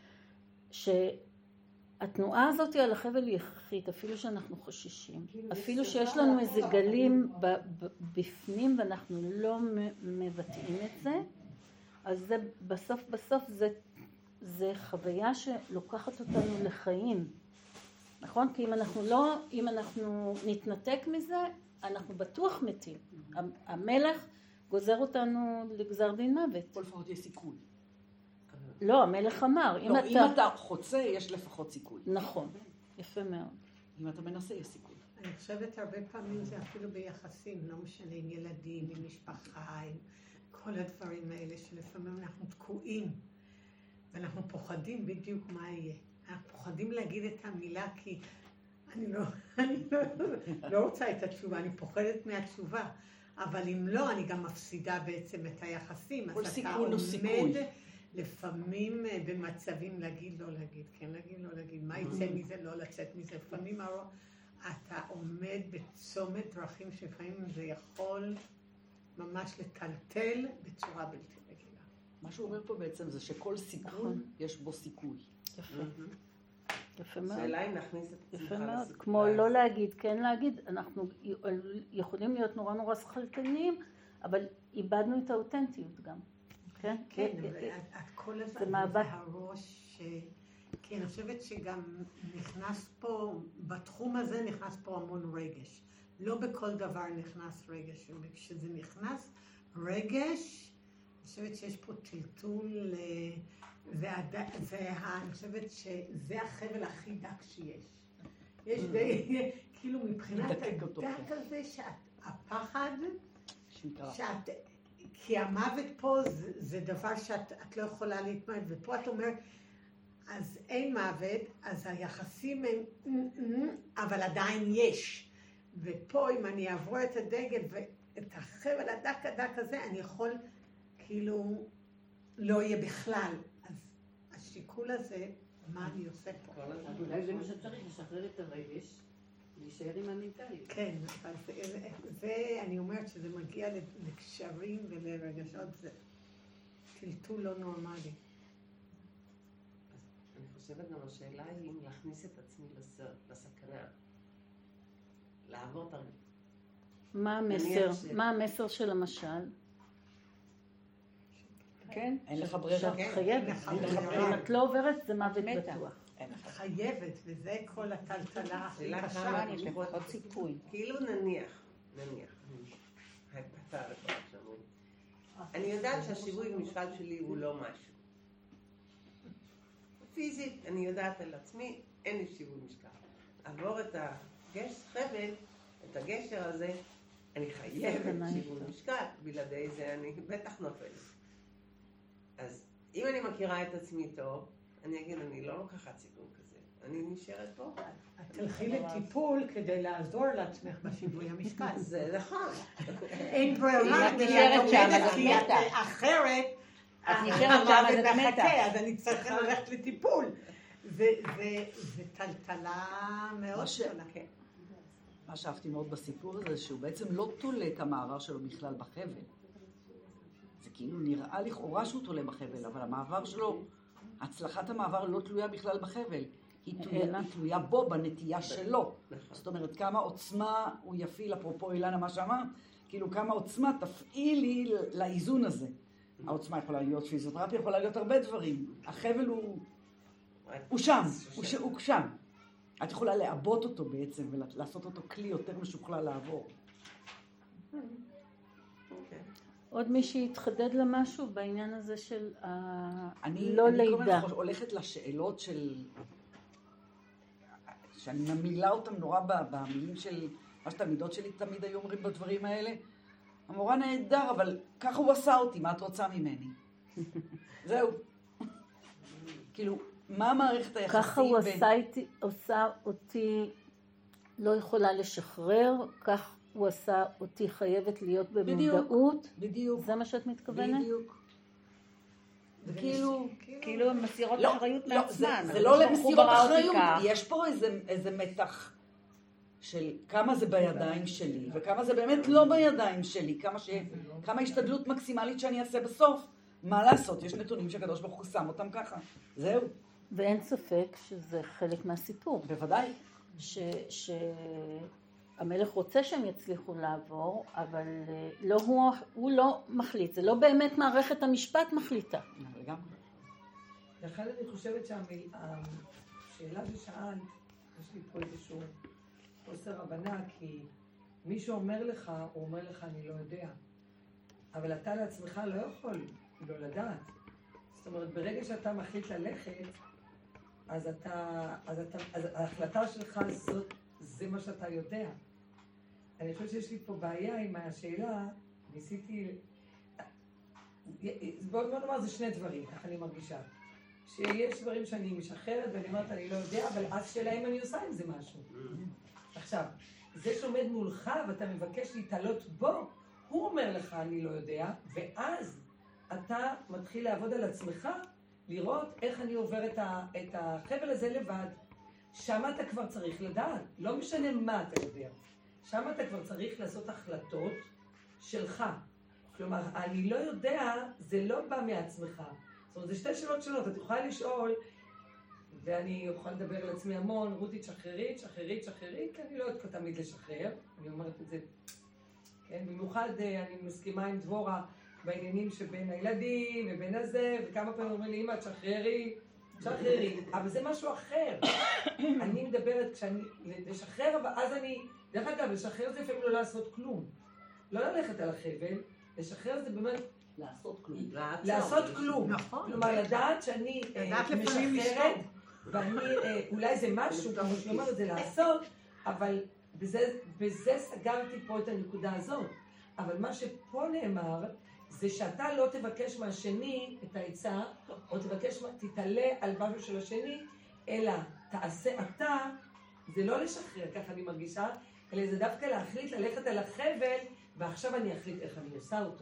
שהתנועה הזאת על החבל היא הכרחית, אפילו שאנחנו חוששים, אפילו שיש לנו איזה גלים ב- ב- בפנים ואנחנו לא מ- מבטאים את זה, אז זה בסוף בסוף זה, זה חוויה שלוקחת אותנו לחיים, נכון? כי אם אנחנו לא, אם אנחנו נתנתק מזה, אנחנו בטוח מתים. המלך גוזר אותנו לגזר דין מוות. פה לפחות יש סיכוי. לא, המלך אמר, אם לא, אתה... אם אתה חוצה, יש לפחות סיכוי. נכון, יפה מאוד. אם אתה מנסה, יש סיכוי. אני חושבת הרבה פעמים זה אפילו ביחסים, לא משנה, עם ילדים, עם משפחה, עם כל הדברים האלה, שלפעמים אנחנו תקועים, ואנחנו פוחדים בדיוק מה יהיה. אנחנו פוחדים להגיד את המילה, כי אני לא, אני לא, לא רוצה את התשובה, אני פוחדת מהתשובה. אבל אם לא, אני גם מפסידה בעצם את היחסים. כל אז סיכון הוא אתה סיכוי. עומד לפעמים במצבים להגיד, לא להגיד, כן להגיד, לא להגיד, מה יצא מזה, לא לצאת מזה. לפעמים אתה עומד בצומת דרכים שלפעמים זה יכול ממש לטלטל בצורה בלתי רגילה. מה שהוא אומר פה בעצם זה שכל סיכון יש בו סיכוי. יפה. יפה מאוד. השאלה אם נכניס את עצמך יפה מאוד. לסיפור. כמו לא להגיד, כן להגיד, אנחנו יכולים להיות נורא נורא שכלתניים, אבל איבדנו את האותנטיות גם. כן? כן, אבל את כל הזמן, זה מאבק. הראש, כי אני חושבת שגם נכנס פה, בתחום הזה נכנס פה המון רגש. לא בכל דבר נכנס רגש, וכשזה נכנס רגש, אני חושבת שיש פה טלטול, ואני חושבת שזה החבל הכי דק שיש. יש די, כאילו מבחינת הדק הזה, שהפחד, שאת... כי המוות פה זה, זה דבר שאת את לא יכולה להתמודד, ופה את אומרת, אז אין מוות, אז היחסים הם, אבל עדיין יש. ופה אם אני אעבור את הדגל ואת החבל הדק הדק הזה, אני יכול, כאילו, לא יהיה בכלל. אז השיקול הזה, מה אני עושה פה? אולי זה מה שצריך, לשחרר את הרגש, להישאר עם המנטליות. כן, אבל זה, זה, אני אומרת שזה מגיע לקשרים ולרגשות, זה טלטול לא נורמלי. אני חושבת גם השאלה היא אם להכניס את עצמי לסכנה. לעבור את הרגע. מה המסר? מה המסר של המשל? כן, אין לך ברירה. שאת חייבת. אם את לא עוברת זה מוות בטוח. חייבת, וזה כל הטלטלה הכי שאלה קשה. כמה יש לפחות סיכוי. כאילו נניח, נניח, ההפתה לכל שאומרים. אני יודעת שהשיווי במשקל שלי הוא לא משהו. פיזית, אני יודעת על עצמי, אין לי שיווי משקל. עבור את הגשר, חבל, את הגשר הזה, אני חייבת שיווי משקל, בלעדי זה אני בטח נופלת. אז אם אני מכירה את עצמי טוב, אני אגיד, אני לא לוקחת סיכון כזה, אני נשארת פה. את תלכי לטיפול כדי לעזור לעצמך בשיווי המשקל. זה נכון. אין ברירה, את נשארת שם, אז את כי את מתה. אחרת, את נשארת שם, אז את המוות מתה. מחכה, אז אני צריכה ללכת לטיפול. זה טלטלה מאוד ש- גדולה. כן. מה שאהבתי מאוד בסיפור הזה, שהוא בעצם לא תולה את המעבר שלו בכלל בחבל. זה כאילו נראה לכאורה שהוא תולה בחבל, אבל המעבר שלו, הצלחת המעבר לא תלויה בכלל בחבל. היא תלויה, היא תלויה בו, בנטייה שלו. זאת אומרת, כמה עוצמה הוא יפעיל, אפרופו אילנה מה שאמרת, כאילו כמה עוצמה תפעילי לאיזון הזה. העוצמה יכולה להיות פיזיותרפיה, יכולה להיות הרבה דברים. החבל הוא, הוא שם, הוא, ש... הוא שם. את יכולה לעבות אותו בעצם ולעשות אותו כלי יותר משוכלל לעבור. עוד מישהי התחדד לה משהו בעניין הזה של אני, לא אני לידה. אני הולכת לשאלות של... שאני ממילה אותם נורא במילים של... מה שתלמידות שלי תמיד היו אומרים בדברים האלה. המורה נהדר, אבל ככה הוא עשה אותי, מה את רוצה ממני? זהו. כאילו, מה המערכת היחסים? ככה הוא עשה, איתי, עושה אותי לא יכולה לשחרר, כך הוא עשה אותי חייבת להיות במודעות. בדיוק. זה מה שאת מתכוונת? בדיוק. זה כאילו... כאילו הן מסירות לא, אחריות לא, מעצמן. זה, זה לא למסירות אחריות, כך. יש פה איזה, איזה מתח של כמה זה בידיים שלי, וכמה זה באמת לא בידיים שלי, כמה, ש... כמה השתדלות מקסימלית שאני אעשה בסוף. מה לעשות? יש נתונים שהקדוש ברוך הוא שם אותם ככה. זהו. ואין ספק שזה חלק מהסיפור. בוודאי. ש... שהמלך רוצה שהם יצליחו לעבור, אבל לא הוא, הוא לא מחליט. זה לא באמת מערכת המשפט מחליטה. לגמרי. לכן אני חושבת שהשאלה ששאלת, יש לי פה איזשהו חוסר הבנה, כי מי שאומר לך, הוא אומר לך אני לא יודע. אבל אתה לעצמך לא יכול לא לדעת. זאת אומרת, ברגע שאתה מחליט ללכת, אז אתה, אז אתה, אז ההחלטה שלך זאת, זה מה שאתה יודע. אני חושבת שיש לי פה בעיה עם השאלה, ניסיתי, בוא נאמר, זה שני דברים, ככה אני מרגישה. שיש דברים שאני משחררת ואני אומרת, אני לא יודע, אבל אז שאלה אם אני עושה עם זה משהו. עכשיו, זה שעומד מולך ואתה מבקש להתעלות בו, הוא אומר לך, אני לא יודע, ואז אתה מתחיל לעבוד על עצמך, לראות איך אני עובר את, ה, את החבל הזה לבד. שם אתה כבר צריך לדעת, לא משנה מה אתה יודע. שם אתה כבר צריך לעשות החלטות שלך. כלומר, אני לא יודע, זה לא בא מעצמך. זאת אומרת, זה שתי שאלות שונות. את יכולה לשאול, ואני יכולה לדבר על עצמי המון, רותי תשחררי, תשחררי, תשחררי, כי אני לא יודעת תמיד לשחרר. אני אומרת את זה, כן? במיוחד אני מסכימה עם דבורה בעניינים שבין הילדים ובין הזה, וכמה פעמים אומרים לי, אמא, תשחררי, תשחררי. אבל זה משהו אחר. אני מדברת כשאני, לשחרר, אבל אז אני, דרך אגב, לשחרר זה לפעמים לא לעשות כלום. לא ללכת על החבל, לשחרר זה באמת לעשות כלום. לעשות כלום. נכון. כלומר, לדעת שאני משחררת, ואני, אולי זה משהו, כמו שאני אומרת, זה לעשות, אבל בזה סגרתי פה את הנקודה הזאת. אבל מה שפה נאמר, זה שאתה לא תבקש מהשני את העצה, או תבקש, תתעלה על משהו של השני, אלא תעשה אתה, זה לא לשחרר, ככה אני מרגישה, אלא זה דווקא להחליט ללכת על החבל, ועכשיו אני אחליט איך אני עושה אותו.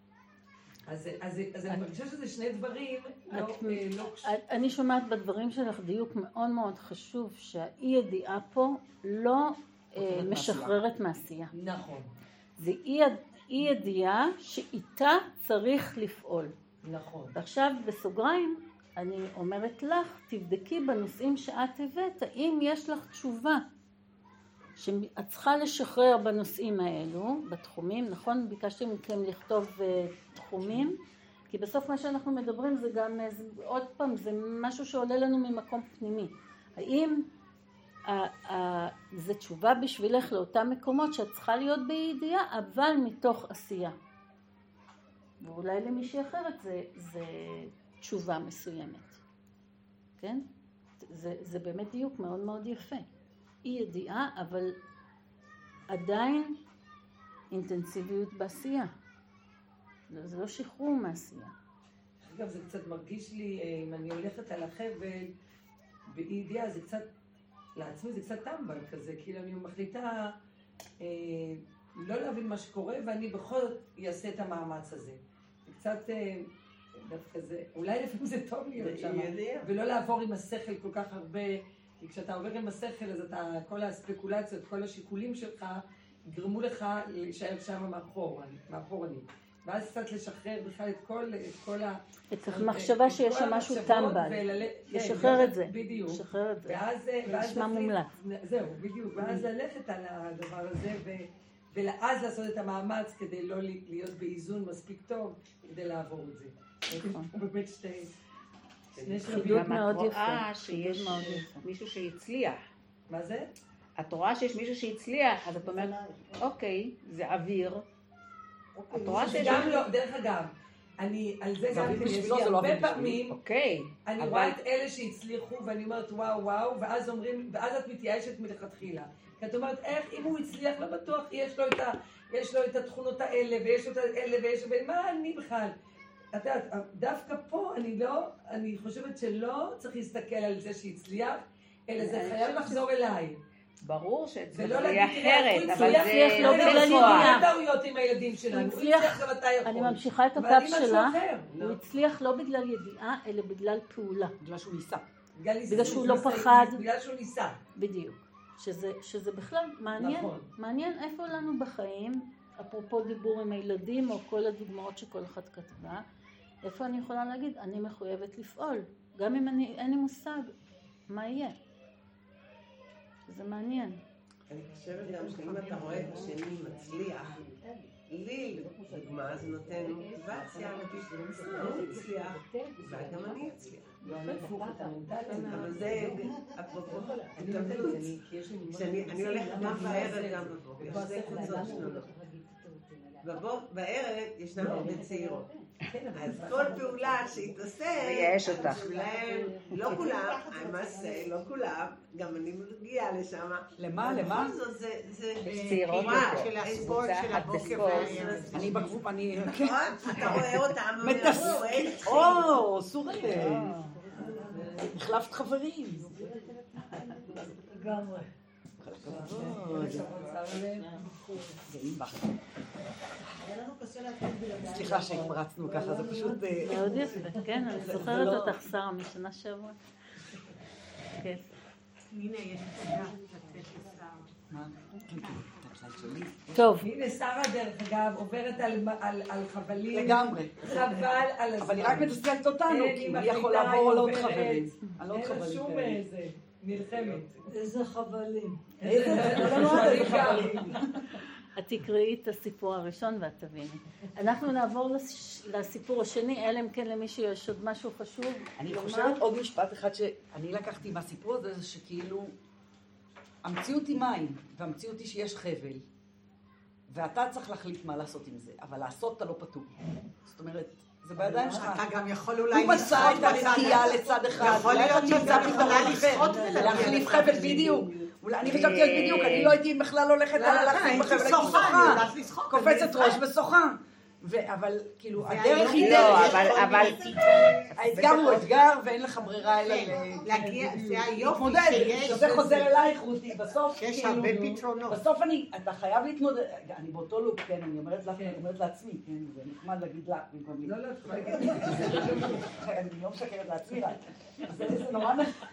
אז, אז, אז אני מרגישה שזה שני דברים לא, לא קשור. אני שומעת בדברים שלך דיוק מאוד מאוד חשוב, שהאי ידיעה פה לא משחררת מעשייה. נכון. זה אי, אי ידיעה שאיתה צריך לפעול. נכון. ועכשיו בסוגריים אני אומרת לך, תבדקי בנושאים שאת הבאת, האם יש לך תשובה שאת צריכה לשחרר בנושאים האלו, בתחומים, נכון? ביקשתי מכם לכתוב uh, תחומים, כי בסוף מה שאנחנו מדברים זה גם, זה, עוד פעם, זה משהו שעולה לנו ממקום פנימי. האם uh, uh, זה תשובה בשבילך לאותם מקומות שאת צריכה להיות בידיעה, אבל מתוך עשייה. ואולי למישהי אחרת זה, זה תשובה מסוימת. כן? זה, זה באמת דיוק מאוד מאוד יפה. אי ידיעה, אבל עדיין אינטנסיביות בעשייה. זה לא שחרור מעשייה. אגב, זה קצת מרגיש לי, אם אני הולכת על החבל, באי ידיעה, זה קצת, לעצמי זה קצת טמבל כזה, כאילו אני מחליטה אה, לא להבין מה שקורה, ואני בכל זאת אעשה את המאמץ הזה. זה קצת, אה, דווקא זה, אולי לפעמים זה טוב להיות שם, ולא לעבור עם השכל כל כך הרבה, כי כשאתה עובר עם השכל, אז אתה, כל הספקולציות, כל השיקולים שלך, יגרמו לך להישאר שם מאחורני. ואז קצת לשחרר בכלל את כל, את כל ה... את המחשבה שיש שם משהו טמבל. לשחרר את זה. בדיוק. לשחרר את זה. ואז... נשמע מומלץ. זהו, בדיוק. ואז ללכת על הדבר הזה, ואז לעשות את המאמץ כדי לא להיות באיזון מספיק טוב, כדי לעבור את זה. הוא באמת שתי... חידוד מאוד יפה. את רואה שיש מישהו שהצליח. מה זה? את רואה שיש מישהו שהצליח, אז את אומרת, אוקיי, זה אוויר. את רואה שיש... גם לא, דרך אגב, אני, על זה גם יש לי הרבה פעמים, אני רואה את אלה שהצליחו, ואני אומרת וואו וואו, ואז אומרים, ואז את מתייאשת מלכתחילה. כי את אומרת, איך, אם הוא הצליח, לא בטוח, יש לו את ה, יש לו את התכונות האלה, ויש לו את האלה, ויש לו, ומה אני בכלל? את יודעת, דווקא פה אני לא, אני חושבת שלא צריך להסתכל על זה שהצליח, אלא זה חייב לחזור אליי. ברור שזה ולא יהיה להגיד, אחרת, הוא אבל הצליח, זה לא לא בגלל בפועל. ידיעה. טעויות עם הילדים שלנו, הוא הצליח גם אתה יכול. אני ממשיכה את אבל הקו אני משהו שלה, אחר. הוא הצליח לא בגלל ידיעה, אלא בגלל פעולה. בגלל שהוא ניסה. בגלל שהוא לא פחד. בגלל שהוא ניסה. בדיוק. שזה, שזה בכלל מעניין, נכון. מעניין איפה לנו בחיים, אפרופו דיבור עם הילדים או כל הדוגמאות שכל אחת כתבה, איפה אני יכולה להגיד, אני מחויבת לפעול, גם אם אני, אין לי מושג מה יהיה. זה מעניין. אני חושבת גם שאם אתה רואה את השני מצליח, לי, לדוגמה, זה נותן מוטיבציה, להגיד, הוא הצליח, אולי גם אני אצליח. אבל זה, אפרופו, אני הולכת גם בערב גם בבוקר, זה קבוצות שונות. בערב ישנם הרבה צעירות. אז כל פעולה שהיא תעשה, ויש אותך. לא כולם, I must say, לא כולם, גם אני מגיעה לשם. למה? למה? בכל זאת זה... צעירות יותר. של הספורט של הבוקר והערב. אני בגבול, אני... אתה רואה אותם, מתסכים. או, סורי. החלפת חברים. לגמרי. סליחה שהתפרצנו ככה, זה פשוט... מאוד יפה, כן, אני זוכרת אותך שרה משנה שעברה. כן. הנה, יש תודה לתת לשרה. טוב. הנה שרה דרך אגב עוברת על חבלים. לגמרי. חבל על הזמן. אבל היא רק מתסכלת אותנו, כי מי יכול לעבור על עוד חברים. על עוד אין לה שום חבלים. איזה נלחמת. איזה חבלים. איזה חבלים. את תקראי את הסיפור הראשון ואת תביני. אנחנו נעבור לסיפור השני, אלא אם כן למישהו יש עוד משהו חשוב. אני חושבת עוד משפט אחד שאני לקחתי מהסיפור הזה, זה שכאילו המציאות היא מים, והמציאות היא שיש חבל, ואתה צריך להחליט מה לעשות עם זה, אבל לעשות אתה לא פתור. זאת אומרת, זה בידיים שלך. אתה גם יכול אולי הוא מסע את הנטייה לצד אחד, יכול להיות שאתה יכולה לשחות להחליף חבל בדיוק. אני חשבתי על בדיוק, אני לא הייתי בכלל הולכת להחליף בחבל, הייתי שוחה, קופצת ראש ושוחה. אבל כאילו הדרך היא דרך, אבל האתגר הוא אתגר ואין לך ברירה אלא להגיע, זה היופי להתמודד, זה חוזר אלייך רותי, בסוף יש הרבה פתרונות. בסוף אני, אתה חייב להתמודד, אני באותו לוק, כן, אני אומרת לעצמי, כן, זה נחמד להגיד לה, במקום לי, אני לא משקרת לעצמי, זה נורא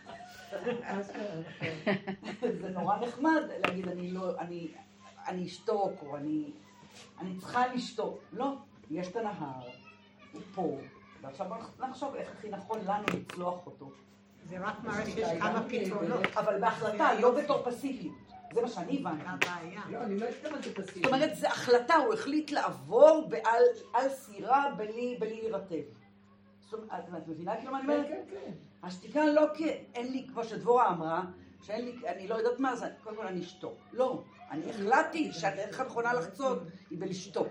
זה נורא נחמד להגיד אני לא, אני אשתוק או אני אני צריכה לשתוק. לא, יש את הנהר, הוא פה, ועכשיו נחשוב איך הכי נכון לנו לצלוח אותו. זה רק מראה שיש כמה פתרונות. אבל בהחלטה, לא בתור פסיביות. זה מה שאני הבנתי. לא, אני לא התכוונתי פסיביות. זאת אומרת, זו החלטה, הוא החליט לעבור על סירה בלי להירטב. את מבינה כאילו מה אני אומרת? כן, כן. השתיקה לא כי אין לי, כמו שדבורה אמרה, שאין לי, אני לא יודעת מה זה, קודם כל אני אשתוק. לא, אני החלטתי שהדרך הנכונה לחצות היא בלשתוק.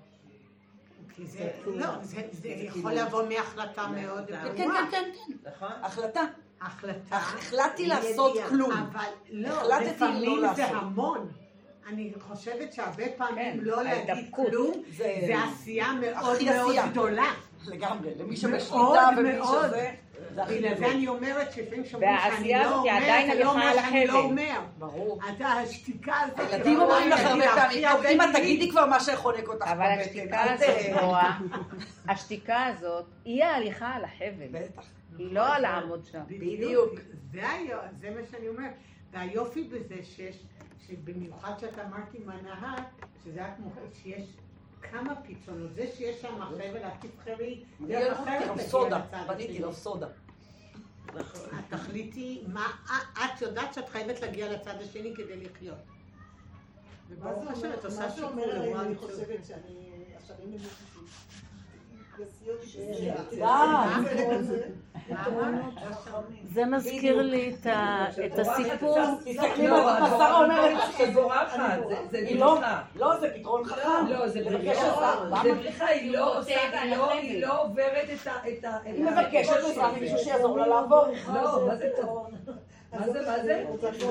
לא, זה יכול לבוא מהחלטה מאוד ברורה. כן, כן, כן, כן. החלטה. החלטה. החלטתי לעשות כלום. אבל לא, לפעמים זה המון. אני חושבת שהרבה פעמים לא להגיד כלום, זה עשייה מאוד מאוד גדולה. לגמרי, למי שבשליטה ומי שזה... בגלל זה אני אומרת שלפעמים שאומרים שאני והעשייה לא הזאת אומר, עדיין זה לא הליכה אומר על שאני לא החבל. אומר. ברור. אתה, השתיקה הזאת... הילדים אומרים לך הרבה פעמים, אמא תגידי כבר מה שחונק אותך. אבל השתיקה הזאת, דבורה, השתיקה הזאת, היא ההליכה על החבל. בטח. היא לא על לעמוד שם. בדיוק. זה מה שאני אומרת. והיופי בזה שיש, שבמיוחד שאתה אמרתי מהנהר, שזה רק מוכר, שיש כמה פתרונות. זה שיש שם החבל, את תבחרי דרך אחרת להגיע סודה, לצד בניתי לו סודה. התכליתי, את יודעת שאת חייבת להגיע לצד השני כדי לחיות. וברוך השם, את עושה שיקול. מה זה אומר, אני חושבת שאני עכשיו אין לי זה מזכיר לי את הסיפור. תסתכלי מה שרה אומרת. זה בורחת, זה בריחה. לא, זה פתרון חכם. לא, זה בריחה. זה בריחה, היא לא עוברת את ה... היא מבקשת עזרה ממישהו שיעזור לה לעבור. לא, מה זה טוב? מה זה, מה זה?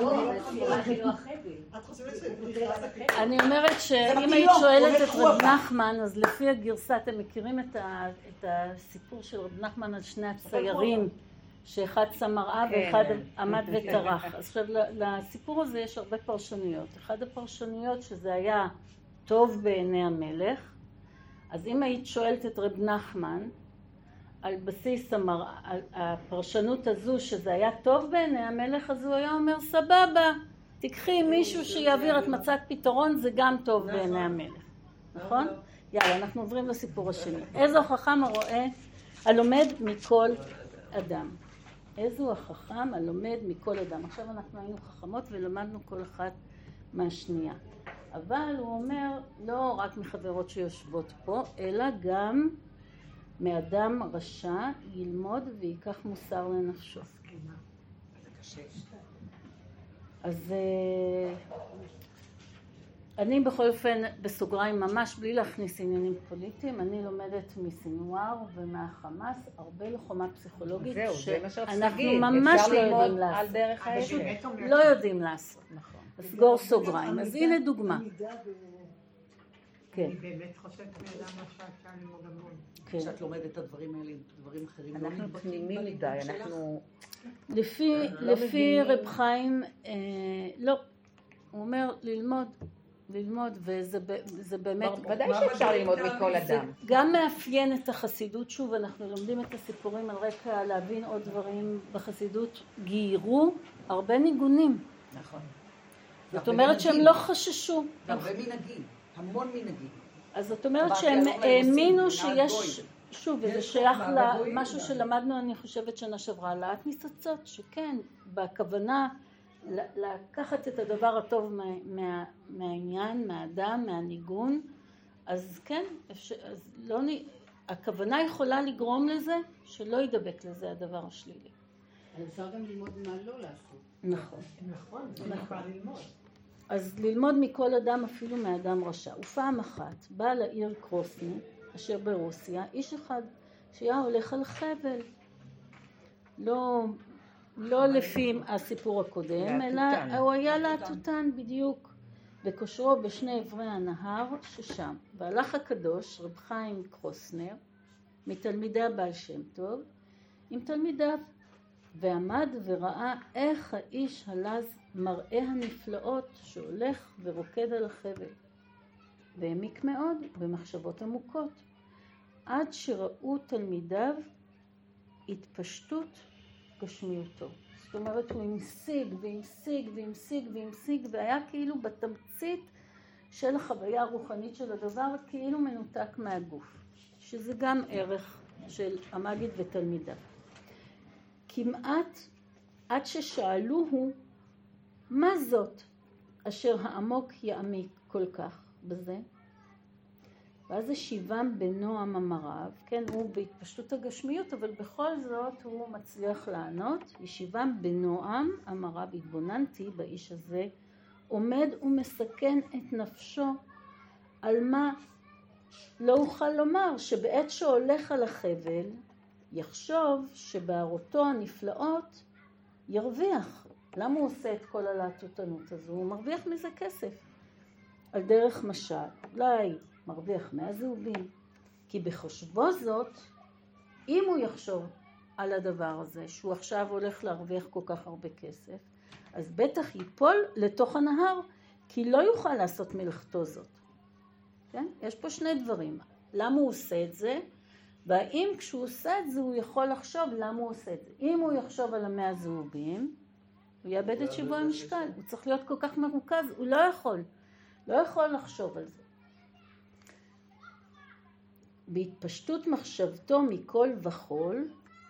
את חושבת שבריחה זה פתרון? אני אומרת שאם היית שואלת את רב נחמן, אז לפי הגרסה, אתם מכירים את הסיפור של רב נחמן על שני הציירים שאחד שם מראה כן. ואחד עמד וטרח. אז עכשיו לסיפור הזה יש הרבה פרשנויות. אחד הפרשנויות שזה היה טוב בעיני המלך, אז אם היית שואלת את רב נחמן, על בסיס המר... הפרשנות הזו שזה היה טוב בעיני המלך, אז הוא היה אומר סבבה, תקחי מישהו שיעביר, את מצאת פתרון, זה גם טוב בעיני המלך, נכון? יאללה, אנחנו עוברים לסיפור השני. איזו חכם הרואה הלומד מכל אדם. איזו החכם הלומד מכל אדם. עכשיו אנחנו היינו חכמות ולמדנו כל אחת מהשנייה. אבל הוא אומר לא רק מחברות שיושבות פה, אלא גם מאדם רשע ילמוד ויקח מוסר לנפשו. אז אני בכל אופן בסוגריים ממש בלי להכניס עניינים פוליטיים, אני לומדת מסינואר ומהחמאס הרבה לחומה פסיכולוגית שאנחנו ממש לא יודעים לעשות. לא יודעים לעשות. סגור סוגריים. אז הנה דוגמה. אני באמת חושבת מאדם מה שאפשר ללמוד המון. כשאת לומדת את הדברים האלה, דברים אחרים. אנחנו פנימים מדי, אנחנו... לפי רב חיים, לא. הוא אומר ללמוד, ללמוד, וזה באמת... ודאי שאפשר ללמוד מכל אדם. זה גם מאפיין את החסידות, שוב, אנחנו לומדים את הסיפורים על רקע להבין עוד דברים בחסידות, גיירו הרבה ניגונים. נכון. זאת אומרת שהם לא חששו. הרבה מנהגים, המון מנהגים. אז זאת אומרת שהם האמינו שיש, שוב, וזה שייך למשהו שלמדנו, אני חושבת שנה שעברה, העלאת ניצוצות, שכן, בכוונה לקחת את הדבר הטוב מהעניין, מהאדם, מהניגון, אז כן, הכוונה יכולה לגרום לזה שלא ידבק לזה הדבר השלילי. אבל אפשר גם ללמוד מה לא לעשות. נכון. נכון, זה נקרא ללמוד. אז ללמוד מכל אדם, אפילו מאדם רשע. ופעם אחת בא לעיר קרוסני, אשר ברוסיה, איש אחד שהיה הולך על חבל. לא, לא לפי הסיפור הקודם, אלא הוא היה להטוטן בדיוק, וקושרו בשני עברי הנהר ששם. והלך הקדוש, רב חיים קרוסנר, מתלמידי הבעל שם טוב, עם תלמידיו, ועמד וראה איך האיש הלז מראה הנפלאות שהולך ורוקד על החבל, והעמיק מאוד במחשבות עמוקות, עד שראו תלמידיו התפשטות גשמיותו. זאת אומרת, הוא המשיג והמשיג והמשיג והמשיג, והיה כאילו בתמצית של החוויה הרוחנית של הדבר, כאילו מנותק מהגוף, שזה גם ערך של המגיד ותלמידיו. כמעט עד ששאלוהו מה זאת אשר העמוק יעמיק כל כך בזה, ואז השיבם בנועם המרב, כן, הוא בהתפשטות הגשמיות, אבל בכל זאת הוא מצליח לענות. השיבם בנועם המרב, התבוננתי באיש הזה עומד ומסכן את נפשו על מה לא אוכל לומר, שבעת שהולך על החבל יחשוב שבהראותו הנפלאות ירוויח. למה הוא עושה את כל הלהטוטנות הזו? הוא מרוויח מזה כסף. על דרך משל, אולי מרוויח מהזהובים. כי בחושבו זאת, אם הוא יחשוב על הדבר הזה, שהוא עכשיו הולך להרוויח כל כך הרבה כסף, אז בטח ייפול לתוך הנהר, כי לא יוכל לעשות מלאכתו זאת. כן? יש פה שני דברים. למה הוא עושה את זה? והאם כשהוא עושה את זה הוא יכול לחשוב למה הוא עושה את זה. אם הוא יחשוב על המאה זהובים, הוא יאבד את שיווי המשקל. הוא צריך להיות כל כך מרוכז, הוא לא יכול. לא יכול לחשוב על זה. בהתפשטות מחשבתו מכל וכל,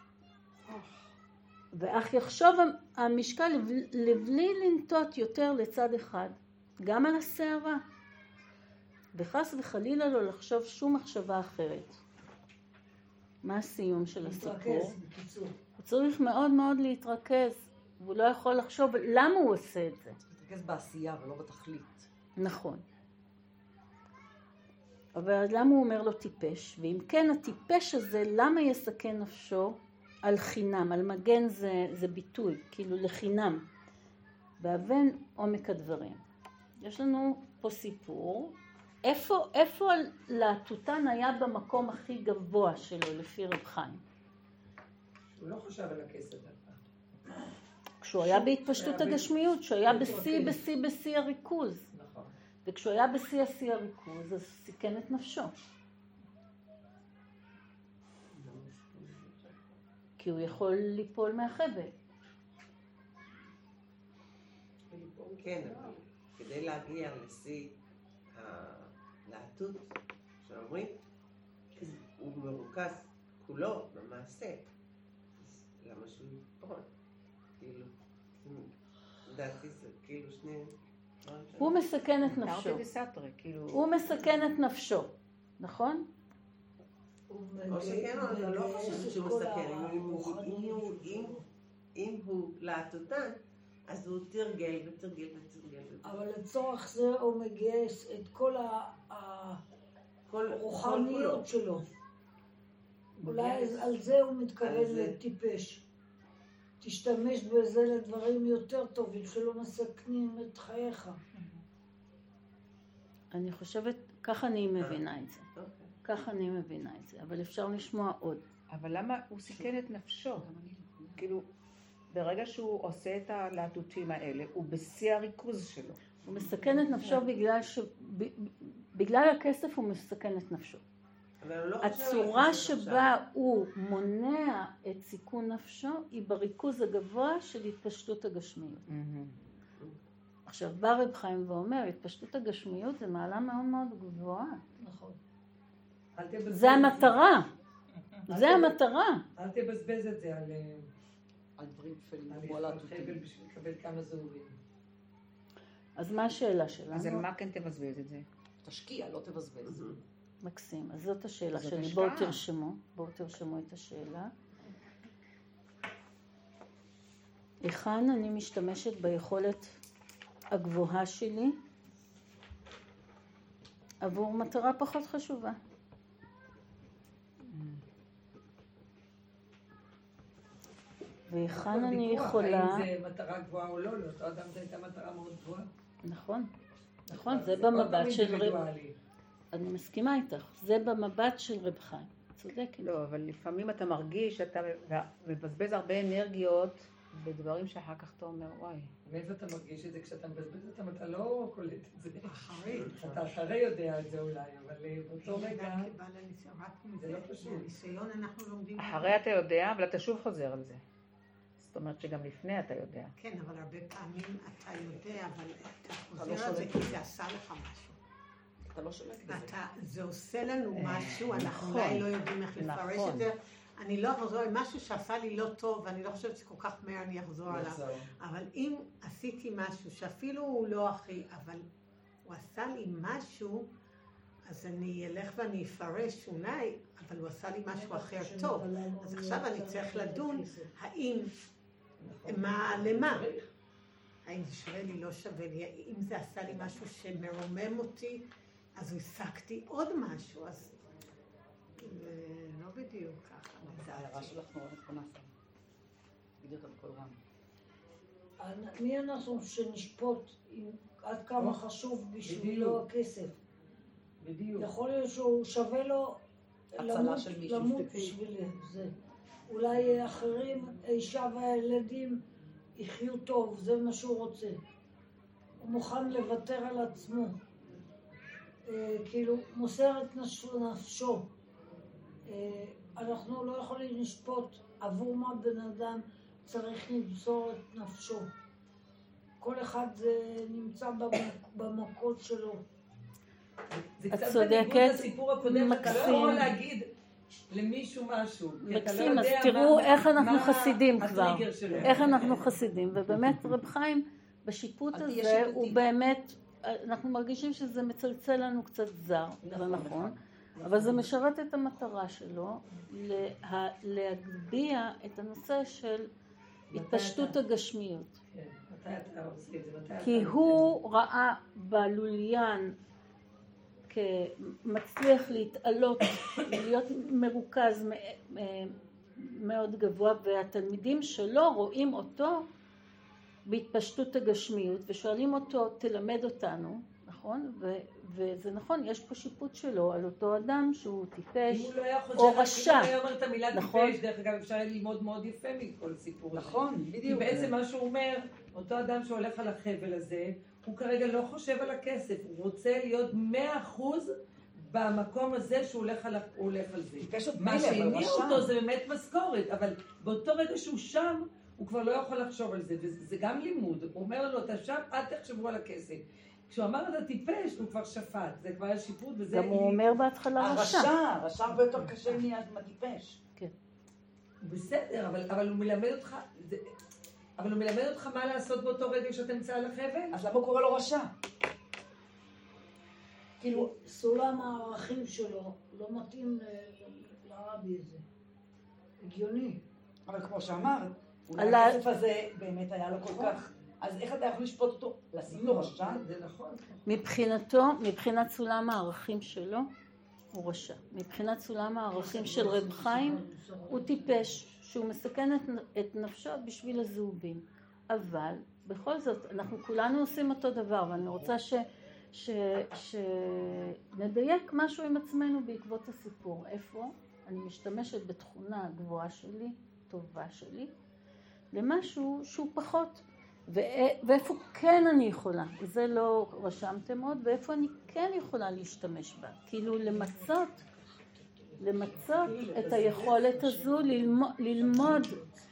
ואך יחשוב המשקל לבלי לנטות יותר לצד אחד, גם על השערה. וחס וחלילה לא לחשוב שום מחשבה אחרת. מה הסיום של הסיפור? הוא צריך מאוד מאוד להתרכז, והוא לא יכול לחשוב למה הוא עושה את זה. להתרכז בעשייה ולא בתכלית. נכון. אבל למה הוא אומר לו טיפש? ואם כן, הטיפש הזה, למה יסכן נפשו על חינם? על מגן זה, זה ביטוי, כאילו לחינם. ואבן עומק הדברים. יש לנו פה סיפור. איפה, איפה להטוטן היה במקום הכי גבוה שלו, לפי רב חיים? הוא לא חשב על הכסף. כשהוא היה בהתפשטות הגשמיות, כשהוא היה בשיא, בשיא, בשיא הריכוז. נכון. וכשהוא היה בשיא השיא הריכוז, אז סיכן את נפשו. כי הוא יכול ליפול מהחבל. כן, אבל כדי להגיע לשיא הלהטות שאומרים, הוא מרוכז כולו במעשה. אז למה שהוא יפול? כאילו, לדעתי זה כאילו שני... הוא מסכן את נפשו. הוא מסכן את נפשו, נכון? או שכן, אני לא חושבת שהוא מסכן. אם הוא להטוטן, אז הוא תרגל ותרגל ותרגל. אבל לצורך זה הוא מגייס את כל הרוחניות שלו. אולי על זה הוא מתכוון לטיפש. תשתמש בזה לדברים יותר טובים, שלא מסכנים את חייך. אני חושבת, ככה אני מבינה את זה. ככה אני מבינה את זה, אבל אפשר לשמוע עוד. אבל למה הוא סיכן את נפשו? כאילו, ברגע שהוא עושה את הלהטוטים האלה, הוא בשיא הריכוז שלו. הוא מסכן את נפשו בגלל ש... בגלל הכסף הוא מסכן את נפשו. הצורה שבה הוא מונע את סיכון נפשו היא בריכוז הגבוה של התפשטות הגשמיות. עכשיו בא רב חיים ואומר, התפשטות הגשמיות זה מעלה מאוד מאוד גבוהה. נכון. זה המטרה. זה המטרה. אל תבזבז את זה על... על דברים טפלים. על חבל בשביל לקבל כמה זהורים. אז מה השאלה שלנו? אז על מה כן תבזבז את זה? תשקיע, לא תבזבז. מקסים, אז זאת השאלה שלי. בואו תרשמו, בואו תרשמו את השאלה. היכן אני משתמשת ביכולת הגבוהה שלי עבור מטרה פחות חשובה? והיכן אני יכולה... האם זה מטרה גבוהה או לא, לאותו אדם זו הייתה מטרה מאוד גבוהה. נכון, נכון, זה במבט של רב... אני מסכימה איתך, זה במבט של רב חיים, צודקת. לא, אבל לפעמים אתה מרגיש שאתה מבזבז הרבה אנרגיות בדברים שאחר כך אתה אומר, וואי. מאיפה אתה מרגיש את זה? כשאתה מבזבז אותם, אתה לא קולט את זה. אחרי. אתה אחרי יודע את זה אולי, אבל באותו רגע... זה לא פשוט. ניסיון אנחנו לומדים... אחרי אתה יודע, אבל אתה שוב חוזר על זה. זאת אומרת שגם לפני אתה יודע. כן, אבל הרבה פעמים אתה יודע, אבל אתה חוזר על זה כי זה עשה לך משהו. אתה לא שולט בזה. זה עושה לנו משהו, אנחנו אולי לא יודעים איך לפרש את זה. אני לא אחזור על משהו שעשה לי לא טוב, ואני לא חושבת שכל כך מהר אני אחזור עליו. אבל אם עשיתי משהו שאפילו הוא לא הכי, אבל הוא עשה לי משהו, אז אני אלך ואני אפרש אולי, אבל הוא עשה לי משהו אחר טוב. אז עכשיו אני צריך לדון האם, מה, למה? האם זה שווה לי, לא שווה לי, אם זה עשה לי משהו שמרומם אותי, אז השגתי עוד משהו, אז זה לא בדיוק ככה. ההערה שלך נורא נכונה. תגידי אותה בכל רם. מי אנחנו שנשפוט עד כמה חשוב בשבילו הכסף? בדיוק. יכול להיות שהוא שווה לו למות בשביל זה. אולי אחרים, האישה והילדים יחיו טוב, זה מה שהוא רוצה. הוא מוכן לוותר על עצמו. כאילו, מוסר את נפשו. אנחנו לא יכולים לשפוט עבור מה בן אדם צריך למסור את נפשו. כל אחד נמצא במקום שלו. זה קצת בניגוד לסיפור הקודם, אתה לא יכול להגיד למישהו משהו. מקסים, אז תראו איך אנחנו חסידים כבר. איך אנחנו חסידים. ובאמת רב חיים בשיפוט הזה הוא באמת, אנחנו מרגישים שזה מצלצל לנו קצת זר, זה נכון. אבל זה משרת את המטרה שלו, להגביה את הנושא של התפשטות הגשמיות. כי הוא ראה בלוליין כמצליח להתעלות, להיות מרוכז מאוד גבוה, והתלמידים שלו רואים אותו בהתפשטות הגשמיות, ושואלים אותו, תלמד אותנו, נכון, ו, וזה נכון, יש פה שיפוט שלו על אותו אדם שהוא טיפש אם הוא לא היה חושב, או רשע. אם הוא היה אומר את המילה נכון? טיפש, דרך אגב אפשר ללמוד מאוד יפה מכל סיפור. נכון, כי בדיוק. בעצם מה שהוא אומר, אותו אדם שהולך על החבל הזה, הוא כרגע לא חושב על הכסף, הוא רוצה להיות מאה אחוז במקום הזה שהוא הולך על, הוא הולך על זה. מה שהניע אותו זה באמת משכורת, אבל באותו רגע שהוא שם, הוא כבר לא יכול לחשוב על זה, וזה גם לימוד. הוא אומר לנו, אתה שם, אל תחשבו על הכסף. כשהוא אמר אתה טיפש, הוא כבר שפט, זה כבר היה שיפוט, וזה... גם הוא אומר בהתחלה רשע. הרשע, הרשע הרבה יותר קשה מהטיפש. כן. בסדר, אבל, אבל הוא מלמד אותך, זה, אבל הוא מלמד אותך מה לעשות באותו רגע שאתה נמצא על החבל? אז למה הוא קורא לו רשע? כאילו, סולם הערכים שלו לא מתאים לרבי הזה. הגיוני. אבל כמו שאמרת, אולי על הכסף הזה באמת היה לו כל כך... אז איך אתה יכול לשפוט אותו? לשים לו רשע? זה נכון. מבחינתו, מבחינת סולם הערכים שלו, הוא רשע. מבחינת סולם הערכים של רב חיים, הוא טיפש, שהוא מסכן את, את נפשו בשביל הזהובים. אבל בכל זאת, אנחנו כולנו עושים אותו דבר, ואני רוצה ש, ש, שנדייק משהו עם עצמנו בעקבות הסיפור. איפה אני משתמשת בתכונה הגבוהה שלי, טובה שלי, למשהו שהוא פחות. ואיפה כן אני יכולה, זה לא רשמתם עוד, ואיפה אני כן יכולה להשתמש בה, כאילו למצות, למצות את היכולת הזו, ללמוד, ללמוד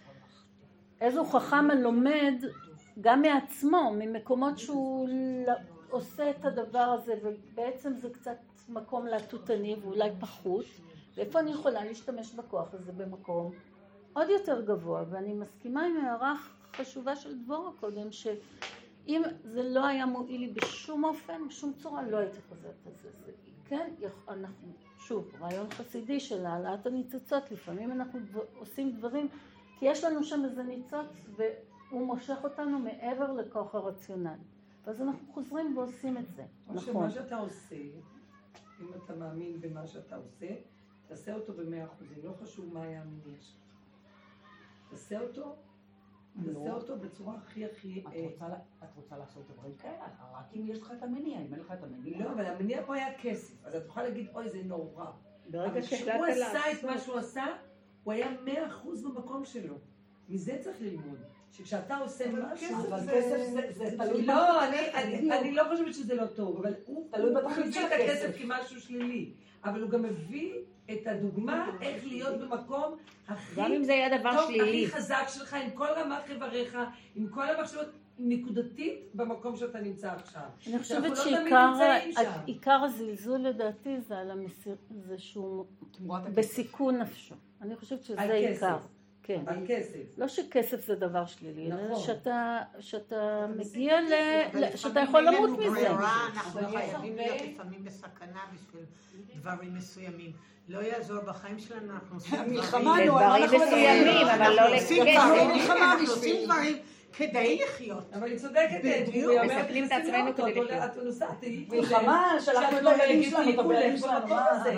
איזו חכם הלומד גם מעצמו, ממקומות שהוא עושה את הדבר הזה, ובעצם זה קצת מקום להטוטני ואולי פחות, ואיפה אני יכולה להשתמש בכוח הזה במקום עוד יותר גבוה, ואני מסכימה עם הערה חשובה של דבורה קודם, שאם זה לא היה מועיל לי בשום אופן, בשום צורה, לא הייתי חוזרת על זה. זה כן, אנחנו, שוב, רעיון חסידי של העלאת הניצוצות, לפעמים אנחנו דבר, עושים דברים, כי יש לנו שם איזה ניצוץ, והוא מושך אותנו מעבר לכוח הרציונל. ואז אנחנו חוזרים ועושים את זה. נכון. שמה שאתה עושה, אם אתה מאמין במה שאתה עושה, תעשה אותו במאה אחוזים, לא חשוב מה היה המניע שלך. תעשה אותו, תעשה אותו בצורה הכי הכי... את רוצה לעשות דברים כאלה, רק אם יש לך את המניע, אם אין לך את המניע... לא, אבל המניע פה היה כסף, אז את יכולה להגיד, אוי, זה נורא. ברגע כשהוא עשה את מה שהוא עשה, הוא היה מאה אחוז במקום שלו. מזה צריך ללמוד. שכשאתה עושה משהו... אבל כסף זה תלוי... לא, אני לא חושבת שזה לא טוב, אבל הוא מביא את הכסף כמשהו שלילי. אבל הוא גם מביא את הדוגמה איך להיות במקום הכי גם אם זה היה דבר שלילי, הכי חזק שלך, עם כל רמ"ח איבריך, עם כל המחשבות נקודתית במקום שאתה נמצא עכשיו. אני חושבת שעיקר הזלזול לדעתי זה על המסיר, זה שהוא בסיכון נפשו. אני חושבת שזה עיקר. כן. על כסף. לא שכסף זה דבר שלילי, אלא שאתה, שאתה מגיע ל... שאתה יכול למות מזה. אנחנו חייבים להיות לפעמים בסכנה בשביל דברים מסוימים. לא יעזור בחיים שלנו, אנחנו עושים דברים מסוימים, אבל לא לכסף. אנחנו עושים דברים כדי לחיות. אבל היא צודקת, בדיוק, מסכנים את עצמנו כדי לחיות. את נוסעת, היא מלחמה, שלחנו את הילדים שלנו, את הבעלים שלנו.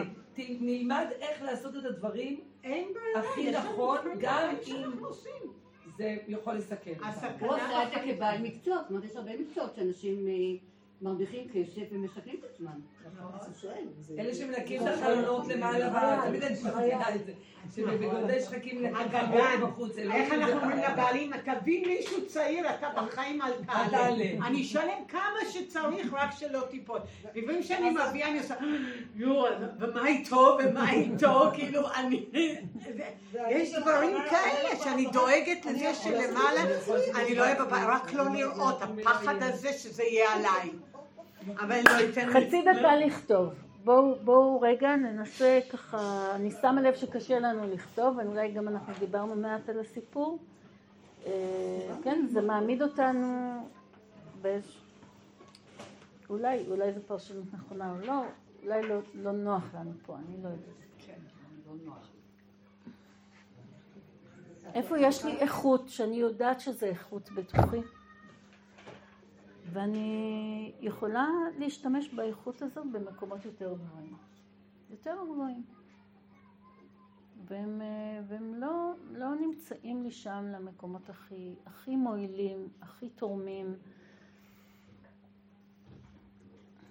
נלמד איך לעשות את הדברים הכי נכון, גם אם זה יכול לסכן. הוא עשה את זה כבעל מקצוע, זאת אומרת, יש הרבה מקצועות שאנשים מרוויחים כסף ומשקלים את עצמם. אלה שמנקים את החלונות למעלה, תמיד אני מבינה את זה. שבגודל שחקים לחלונות בחוץ. איך אנחנו אומרים לבעלים, תביא מישהו צעיר, אתה בחיים אל תעלה. אני אשלם כמה שצריך, רק שלא תיפול. לפעמים שאני מביאה, אני עושה, יו, ומה איתו, ומה איתו, כאילו, אני... יש דברים כאלה שאני דואגת לזה שלמעלה, אני לא אוהב, רק לא לראות, הפחד הזה שזה יהיה עליי. חצי דקה לכתוב. בואו, בואו רגע ננסה ככה, אני שמה לב שקשה לנו לכתוב, ואולי גם אנחנו דיברנו מעט על הסיפור. כן, זה מעמיד אותנו באיז... אולי, אולי זו פרשנות נכונה או לא, אולי לא, לא נוח לנו פה, אני לא יודעת. כן, לא נוח. איפה יש לי איכות, שאני יודעת שזה איכות בתוכי? ואני יכולה להשתמש באיכות הזאת במקומות יותר גבוהים. יותר גבוהים. והם, והם לא, לא נמצאים לי שם למקומות הכי, הכי מועילים, הכי תורמים.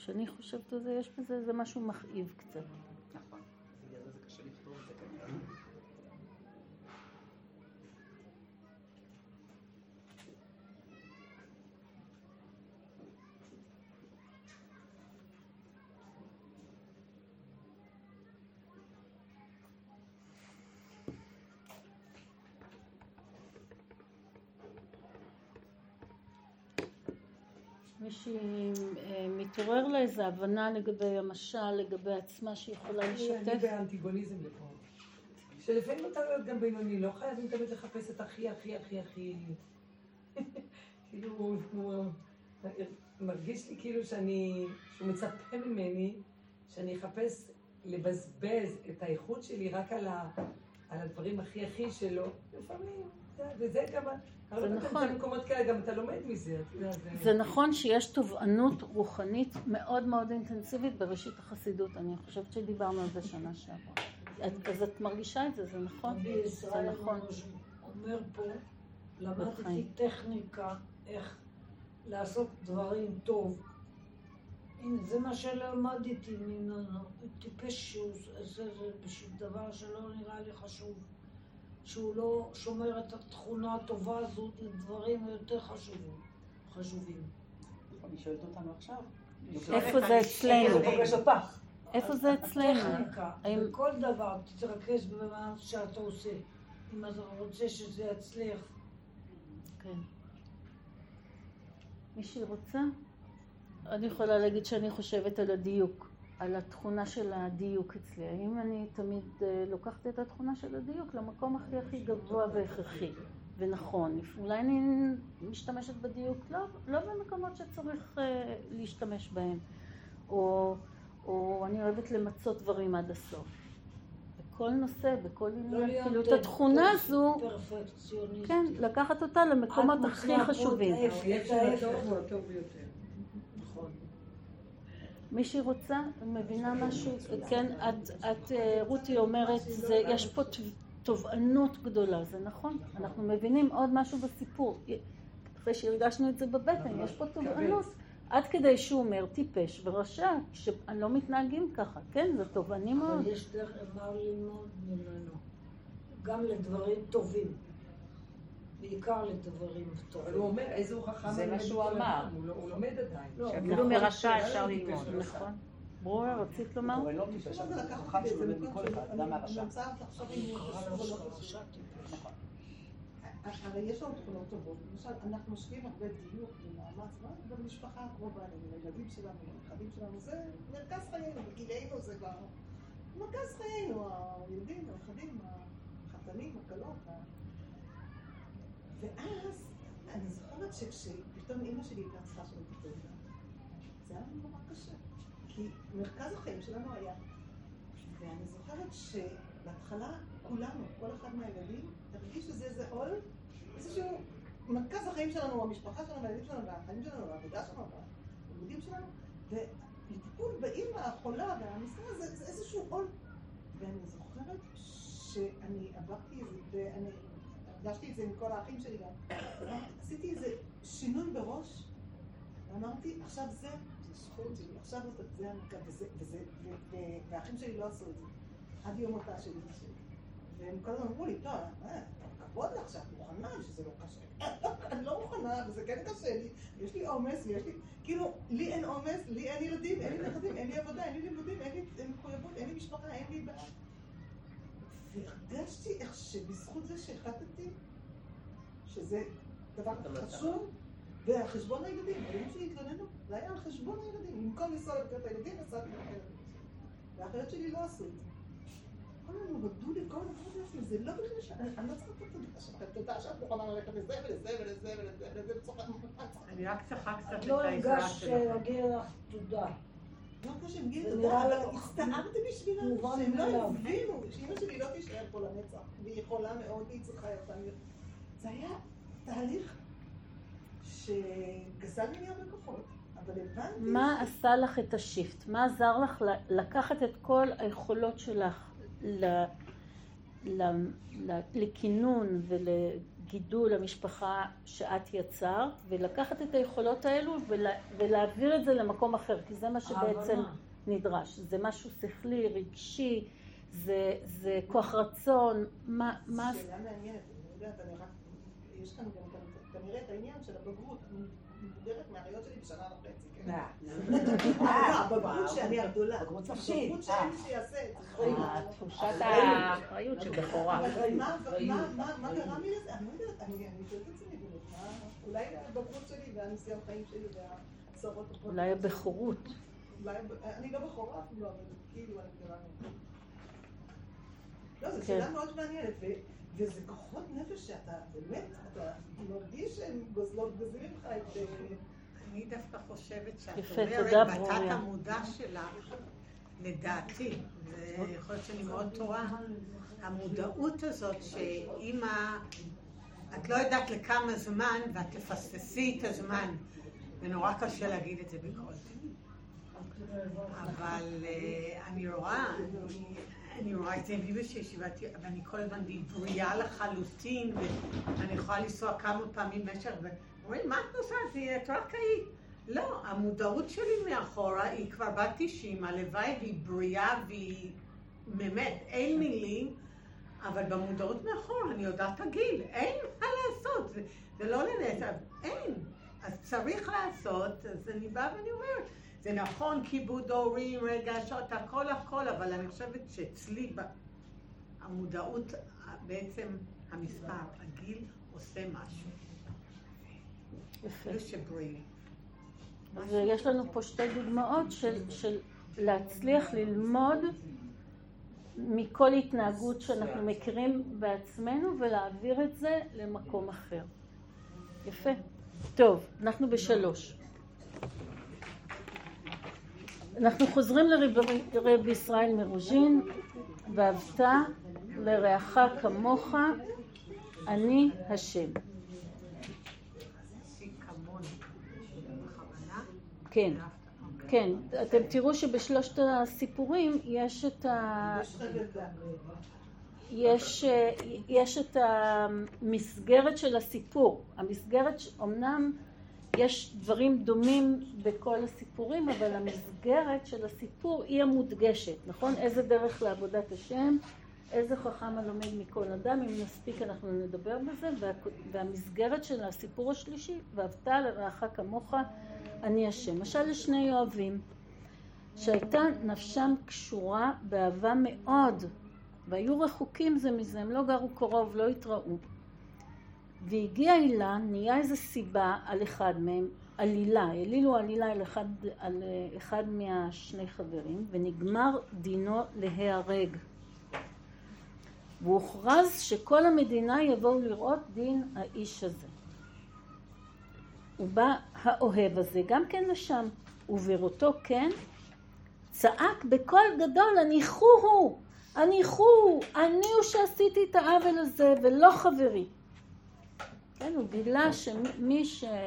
כשאני חושבת על זה, יש בזה, זה משהו מכאיב קצת. נכון, בגלל זה קשה לכתוב את זה כנראה. מישהי מתעורר לה איזו הבנה לגבי המשל, לגבי עצמה שהיא יכולה לשתף. אני באנטיגוניזם לפה. שלפעמים אתה להיות גם בינוני, לא חייבים תמיד לחפש את הכי, הכי, הכי, הכי... כאילו, מרגיש לי כאילו שאני, שהוא מצפה ממני, שאני אחפש לבזבז את האיכות שלי רק על הדברים הכי, הכי שלו. לפעמים, וזה גם... זה נכון. במקומות כאלה גם אתה לומד מזה. זה נכון שיש תובענות רוחנית מאוד מאוד אינטנסיבית בראשית החסידות. אני חושבת שדיברנו על זה שנה שעברה. אז את מרגישה את זה, זה נכון? זה נכון. אומר פה, למדתי טכניקה איך לעשות דברים טוב. הנה, זה מה שלמדתי ממנו. טיפש שזה בשביל דבר שלא נראה לי חשוב. שהוא לא שומר את התכונה הטובה הזאת לדברים יותר חשובים. חשובים. אני שואלת אותנו עכשיו. איפה זה אצלנו? פוגש אותך. איפה זה אצלנו? הטכניקה, בכל דבר תתרכז במה שאתה עושה. אם אתה רוצה שזה יצליח. כן. מישהי רוצה? אני יכולה להגיד שאני חושבת על הדיוק. על התכונה של הדיוק אצלי. האם אני תמיד לוקחת את התכונה של הדיוק למקום הכי הכי גבוה והכרחי ונכון. אולי אני משתמשת בדיוק לא, לא במקומות שצריך להשתמש בהם. או, או אני אוהבת למצות דברים עד הסוף. בכל נושא, בכל עניין, כאילו את התכונה הזו, כן, לקחת אותה למקומות הכי חשובים. יש את הטוב ביותר. מישהי רוצה, מבינה משהו, כן, את, את רותי אומרת, זה, יש פה תובענות גדולה, זה נכון? אנחנו מבינים עוד משהו בסיפור, אחרי שהרגשנו את זה בבטן, יש פה תובענות, עד כדי שהוא אומר טיפש ורשע, שלא מתנהגים ככה, כן, זה תובעני מאוד. אבל יש דרך מה ללמוד ממנו, גם לדברים טובים. בעיקר לדברים טובים. אבל הוא אומר, איזה הוא חכם. זה מה שהוא אמר. הוא לומד עדיין. שאפילו מרשע אפשר ללמוד. נכון. ברורה, רצית לומר? הוא לא טיפש, אבל הוא חכם שלומד מכל אחד, גם מהרשע. אני רוצה לחשוב אם הוא חשוב או לא חשוב. הרי יש לנו תכונות טובות. למשל, אנחנו משקיעים הרבה דיוק ומאמץ, במשפחה הקרובה, לילדים שלנו, לנכדים שלנו, זה מרכז חיינו, בגילנו זה כבר מרכז חיינו, הילדים, הנכדים, החתנים, הקלות. ואז אני זוכרת שכשפתאום אמא שלי הייתה צריכה שאני תטפל בה, זה היה נורא קשה. כי מרכז החיים שלנו היה, ואני זוכרת שבהתחלה כולנו, כל אחד מהילדים, הרגיש שזה איזה עול, איזשהו מרכז החיים שלנו, המשפחה שלנו, הילדים שלנו, החיים שלנו, העבודה שלנו, הלימודים שלנו, ולטיפול באמא החולה והמשרה זה, זה איזשהו עול. ואני זוכרת שאני עברתי את זה, ואני הרגשתי את זה עם כל האחים שלי גם. עשיתי איזה שינוי בראש, ואמרתי, עכשיו זה, זה זכות שלי, עכשיו זה המרכז, וזה, וזה, והאחים שלי לא עשו את זה. עד יום אותה שלי. והם כל הזמן אמרו לי, טוב, כבוד לך שאת מוכנה, שזה לא קשה. אני לא מוכנה, וזה כן קשה לי. יש לי עומס, ויש לי, כאילו, לי אין עומס, לי אין ילדים, אין לי נכדים, אין לי עבודה, אין לי לימודים, אין לי מחויבות, אין לי משפחה, אין לי בעיה. והרגשתי איך שבזכות זה שהחלטתי שזה דבר חשוב, ועל חשבון הילדים, הילדים שלי התלוננו, זה היה על חשבון הילדים, במקום לנסוע לבקר את הילדים, נסעתי לבקר את הילדים. והאחיות שלי לא עשו את זה. כל הזמן הודו לי, כל הזמן לעצמי, זה לא בכלל שאני, אני לא צריכה לתת תודה שאת מוכנה ללכת לזה ולזה ולזה ולזה ולזה וצוחק. אני רק צריכה קצת את לא העזרה הרגש שלך. להגיד לך תודה. לא כמו שהם גיל תודה, אבל הצטערתי בשבילנו, שהם לא הבינו, שאמא שלי לא תישאר פה לנצח, והיא יכולה מאוד, היא צריכה אותם. זה היה תהליך שגזל ממני הרבה כוחות, אבל הבנתי... מה עשה לך את השיפט? מה עזר לך לקחת את כל היכולות שלך לכינון הגידול, המשפחה שאת יצרת, ולקחת את היכולות האלו ולה, ולהעביר את זה למקום אחר, כי זה מה שבעצם נדרש. זה משהו שכלי, רגשי, זה, זה כוח רצון, מה... מה... שאלה מעניינת, אני יודעת, אני רק... יש כאן גם כנראה את העניין של הבגרות. אני מבוגרת מהראיות שלי בשנה וחצי, כן? הבגרות שאני הגדולה. הבגרות נפשית. שאין מי שיעשה את זה. תחושת האחריות של בכורה. אבל מה גרם לי לזה? אני לא יודעת, אני שואלת את עצמי, אולי הבגרות שלי והניסיון חיים שלי והצורות... אולי הבכורות. אני לא בכורה אפילו, אבל כאילו אני גדולה מאוד. לא, זו שאלה מאוד מעניינת, וזה כוחות נפש שאתה באמת, אתה מרגיש שהם גוזלות, גוזלים לך את... אני דווקא חושבת שאת אומרת, בתת המודע שלך, לדעתי, ויכול להיות שאני מאוד טועה, המודעות הזאת שאמא, את לא יודעת לכמה זמן, ואת תפספסי את הזמן, ונורא קשה להגיד את זה בקול. אבל אני רואה, אני רואה את זה ביבי שישיבתי, ואני כל הזמן בריאה לחלוטין, ואני יכולה לנסוע כמה פעמים במשך, ואומרים, מה את נוסעת? את רק היית. לא, המודעות שלי מאחורה היא כבר בת תשעים, הלוואי והיא בריאה והיא באמת, אין מילים, אבל במודעות מאחורה אני יודעת הגיל, אין מה לעשות, זה, זה לא לנצח, אין. אז צריך לעשות, אז אני באה ואני אומרת, זה נכון, כיבוד הורים, רגשות, הכל הכל, אבל אני חושבת שאצלי המודעות, בעצם המספר, הגיל עושה משהו. יפה. שבריא. ויש לנו פה שתי דוגמאות של, של להצליח ללמוד מכל התנהגות שאנחנו מכירים בעצמנו ולהעביר את זה למקום אחר. יפה. טוב, אנחנו בשלוש. אנחנו חוזרים לרב ישראל מרוז'ין, ואהבת לרעך כמוך, אני השם. כן, כן. אתם תראו שבשלושת הסיפורים יש את ה... יש, יש את המסגרת של הסיפור. המסגרת, אמנם יש דברים דומים בכל הסיפורים, אבל המסגרת של הסיפור היא המודגשת, נכון? איזה דרך לעבודת השם, איזה חכם הלומד מכל אדם, אם נספיק אנחנו נדבר בזה, וה, והמסגרת של הסיפור השלישי, ואהבת לרעך כמוך, אני השם. משל לשני יואבים, שהייתה נפשם קשורה באהבה מאוד, והיו רחוקים זה מזה, הם לא גרו קרוב, לא התראו. והגיע אילן, נהיה איזו סיבה על אחד מהם, עלילה, העלילו עלילה על אחד, על אחד מהשני חברים, ונגמר דינו להיהרג. והוכרז שכל המדינה יבואו לראות דין האיש הזה. ובא האוהב הזה גם כן לשם, ובראותו כן, צעק בקול גדול, הניחו הוא, הניחו, אני הוא שעשיתי את העוול הזה ולא חברי. כן, הוא גילה שמי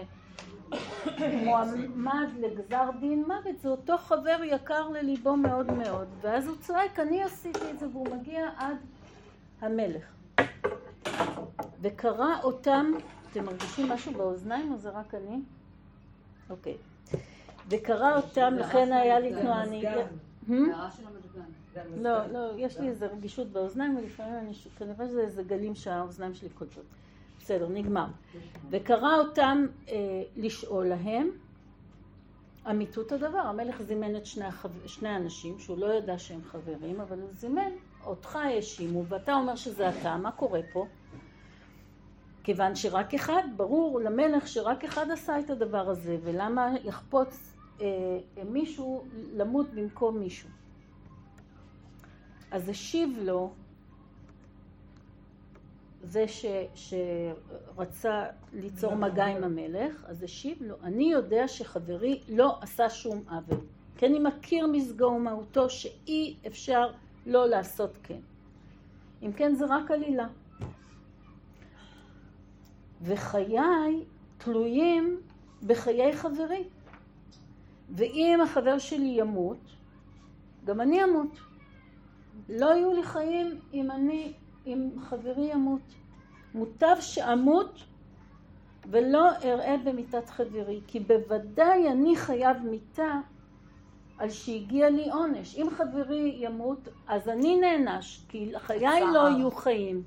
שמועמד לגזר דין מוות זה אותו חבר יקר לליבו מאוד מאוד, ואז הוא צועק, אני עשיתי את זה, והוא מגיע עד המלך. וקרא אותם, אתם מרגישים משהו באוזניים או זה רק אני? אוקיי. וקרא אותם, לכן היה לי תנועה, אני... לא, לא, יש לי איזו רגישות באוזניים, ולפעמים אני... כנראה זה איזה גלים שהאוזניים שלי קולטות. בסדר, נגמר. וקרא אותם אה, לשאול להם, אמיתות הדבר. המלך זימן את שני, החו... שני אנשים, שהוא לא ידע שהם חברים, אבל הוא זימן, אותך האשימו, ואתה אומר שזה אתה, מה קורה פה? כיוון שרק אחד, ברור למלך שרק אחד עשה את הדבר הזה, ולמה יחפוץ אה, מישהו למות במקום מישהו. אז השיב לו, זה ש, שרצה ליצור מגע עם המלך, אז השיב לו, אני יודע שחברי לא עשה שום עוול, כי אני מכיר מסגו ומהותו שאי אפשר לא לעשות כן. אם כן זה רק עלילה. וחיי תלויים בחיי חברי. ואם החבר שלי ימות, גם אני אמות. לא יהיו לי חיים אם אני, אם חברי ימות. מוטב שאמות ולא אראה במיתת חברי, כי בוודאי אני חייב מיתה על שהגיע לי עונש. אם חברי ימות, אז אני נענש, כי חיי לא יהיו חיים.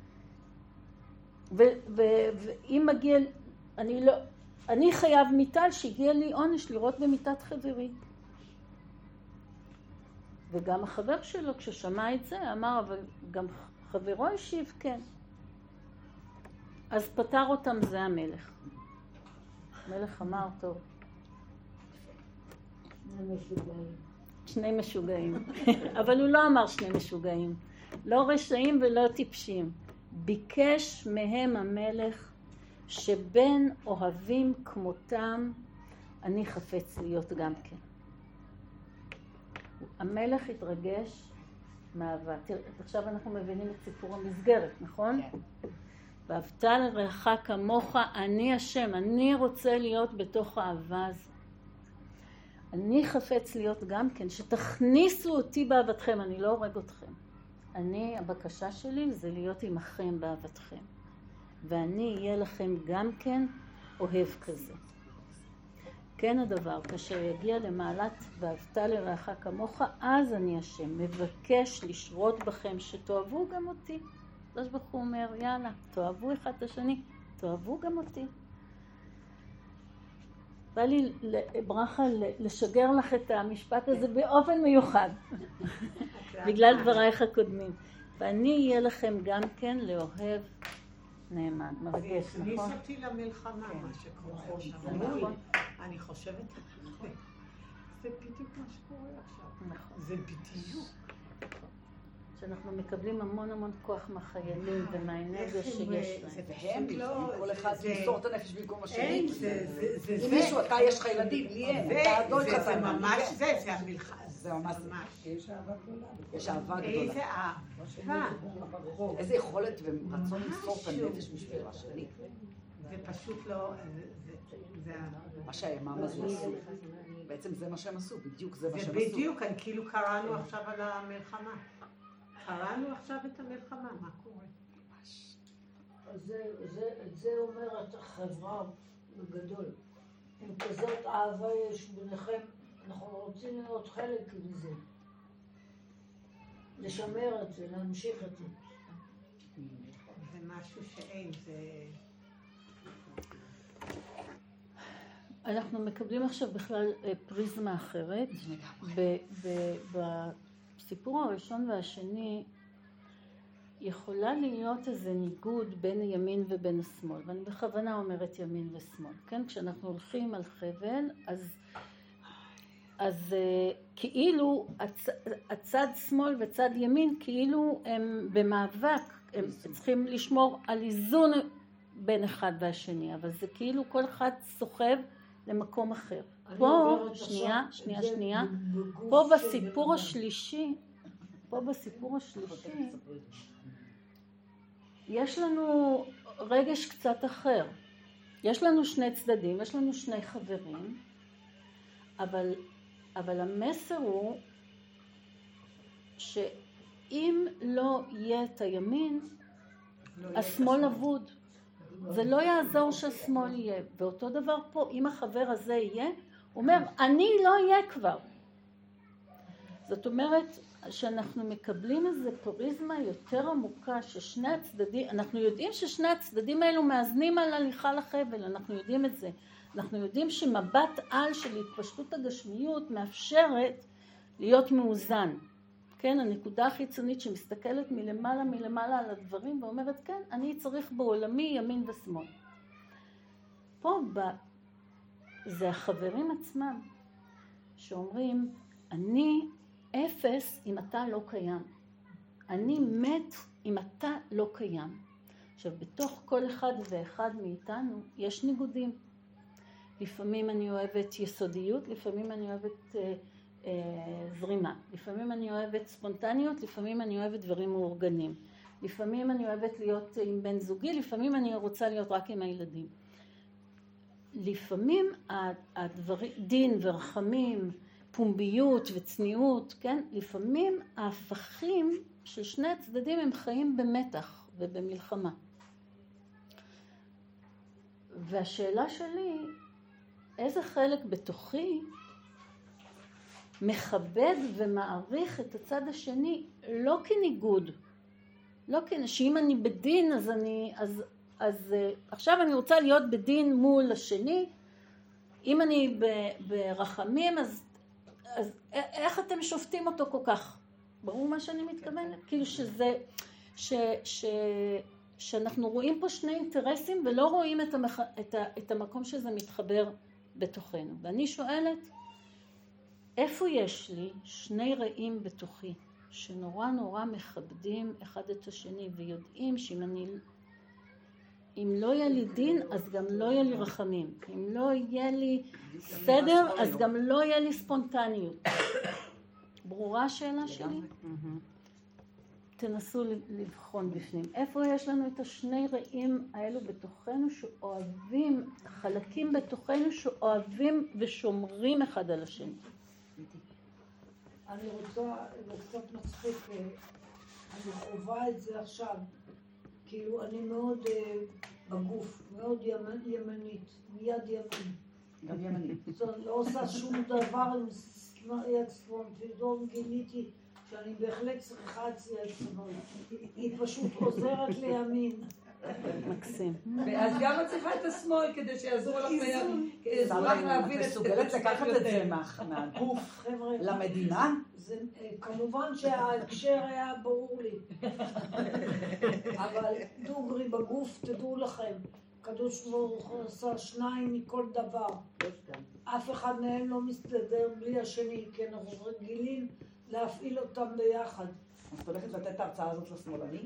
ואם מגיע, אני לא, אני חייב מיתה על שהגיע לי עונש לראות במיתת חברי. וגם החבר שלו, כששמע את זה, אמר, אבל גם חברו השיב כן. אז פטר אותם, זה המלך. המלך אמר, טוב. שני משוגעים. אבל הוא לא אמר שני משוגעים. לא רשעים ולא טיפשים. ביקש מהם המלך שבין אוהבים כמותם אני חפץ להיות גם כן. המלך התרגש מאהבה. תראה, עכשיו אנחנו מבינים את סיפור המסגרת, נכון? כן. ואהבת לרעך כמוך, אני השם, אני רוצה להיות בתוך האהבה הזו. אני חפץ להיות גם כן, שתכניסו אותי באהבתכם, אני לא הורג אתכם. אני, הבקשה שלי זה להיות עמכם באהבתכם. ואני אהיה לכם גם כן אוהב כזה. כן הדבר, כאשר יגיע למעלת ואהבת לרעך כמוך, אז אני השם, מבקש לשרות בכם שתאהבו גם אותי. הקדוש ברוך הוא אומר, יאללה, תאהבו אחד את השני, תאהבו גם אותי. בא לי ברכה לשגר לך את המשפט הזה באופן מיוחד, בגלל דברייך הקודמים. ואני אהיה לכם גם כן לאוהב נאמן. מרגש, נכון? הכניס אותי למלחמה, מה שקורה עכשיו. אני חושבת, זה בדיוק מה שקורה עכשיו. זה בדיוק. שאנחנו מקבלים המון המון כוח מהחיילים ומהאנרגיה שיש להם. והם לא, כל אחד ימסור את הנפש במקום השני. זה אם מישהו, אתה יש לך ילדים, לי אין, אתה הדוד קטן. זה ממש זה, זה המלחמה. זה ממש. יש אהבה גדולה. יש אהבה גדולה. איזה אהבה. איזה יכולת ורצון למסור את הנפש בשביל השני. זה פשוט לא... מה שהימם הזו עשו. בעצם זה מה שהם עשו, בדיוק זה מה שהם עשו. זה בדיוק, כאילו קראנו עכשיו על המלחמה. קראנו עכשיו את המלחמה, מה קורה? אז את זה אומרת החברה בגדול. אם כזאת אהבה יש ביניכם, אנחנו רוצים להיות חלק מזה. לשמר את זה, להמשיך את זה. זה משהו שאין, זה... אנחנו מקבלים עכשיו בכלל פריזמה אחרת. בסיפור הראשון והשני יכולה להיות איזה ניגוד בין הימין ובין השמאל, ואני בכוונה אומרת ימין ושמאל, כן? כשאנחנו הולכים על חבל, אז, אז כאילו הצ, הצד שמאל וצד ימין כאילו הם במאבק, הם צריכים לשמור על איזון בין אחד והשני, אבל זה כאילו כל אחד סוחב למקום אחר. פה, שנייה, שנייה, שנייה, פה בסיפור השלישי, פה בסיפור השלישי, יש לנו רגש קצת אחר. יש לנו שני צדדים, יש לנו שני חברים, אבל, אבל המסר הוא שאם לא יהיה את הימין, השמאל אבוד. זה לא יעזור שהשמאל יהיה. ואותו דבר פה, אם החבר הזה יהיה, הוא אומר, אני לא אהיה כבר. זאת אומרת שאנחנו מקבלים איזו פריזמה יותר עמוקה ששני הצדדים, אנחנו יודעים ששני הצדדים האלו מאזנים על הליכה לחבל, אנחנו יודעים את זה. אנחנו יודעים שמבט על של התפשטות הגשמיות מאפשרת להיות מאוזן. כן, הנקודה החיצונית שמסתכלת מלמעלה מלמעלה על הדברים ואומרת, כן, אני צריך בעולמי ימין ושמאל. פה ב... זה החברים עצמם שאומרים, אני אפס אם אתה לא קיים. אני מת אם אתה לא קיים. עכשיו, בתוך כל אחד ואחד מאיתנו יש ניגודים. לפעמים אני אוהבת יסודיות, לפעמים אני אוהבת אה, אה, זרימה. לפעמים אני אוהבת ספונטניות, לפעמים אני אוהבת דברים מאורגנים. לפעמים אני אוהבת להיות עם בן זוגי, לפעמים אני רוצה להיות רק עם הילדים. לפעמים הדברים, דין ורחמים, פומביות וצניעות, כן? לפעמים ההפכים של שני הצדדים הם חיים במתח ובמלחמה. והשאלה שלי, איזה חלק בתוכי מכבד ומעריך את הצד השני, לא כניגוד, לא כ... שאם אני בדין, אז אני, אז, אז עכשיו אני רוצה להיות בדין מול השני, אם אני ב, ברחמים, אז, אז איך אתם שופטים אותו כל כך? ברור מה שאני מתכוונת? כאילו שזה, ש, ש, שאנחנו רואים פה שני אינטרסים, ולא רואים את, המח, את, ה, את המקום שזה מתחבר בתוכנו. ואני שואלת, איפה יש לי שני רעים בתוכי, שנורא נורא מכבדים אחד את השני, ויודעים שאם אני, אם לא יהיה לי דין, אז גם לא יהיה לי רחמים. אם לא יהיה לי סדר, אז גם לא יהיה לי ספונטניות. ברורה השאלה שלי? תנסו לבחון בפנים. איפה יש לנו את השני רעים האלו בתוכנו שאוהבים, חלקים בתוכנו שאוהבים ושומרים אחד על השני? אני רוצה, זה קצת מצחיק, אני חובה את זה עכשיו, כאילו אני מאוד בגוף, מאוד ימנית, מיד ימין. גם ימנית. לא עושה שום דבר עם יד שמאל, פתאום גיליתי שאני בהחלט צריכה את יד שמאל. היא פשוט עוזרת לימין. מקסים. ואז גם את צריכה את השמאל כדי שיעזור לך לימין. את מסוגלת לקחת את זה מהגוף למדינה? כמובן שההקשר היה ברור לי. אבל דוגרי בגוף, תדעו לכם, קדוש ברוך הוא עשה שניים מכל דבר. אף אחד מהם לא מסתדר בלי השני, כי אנחנו רגילים להפעיל אותם ביחד. אז את הולכת לתת את ההרצאה הזאת לשמאלני?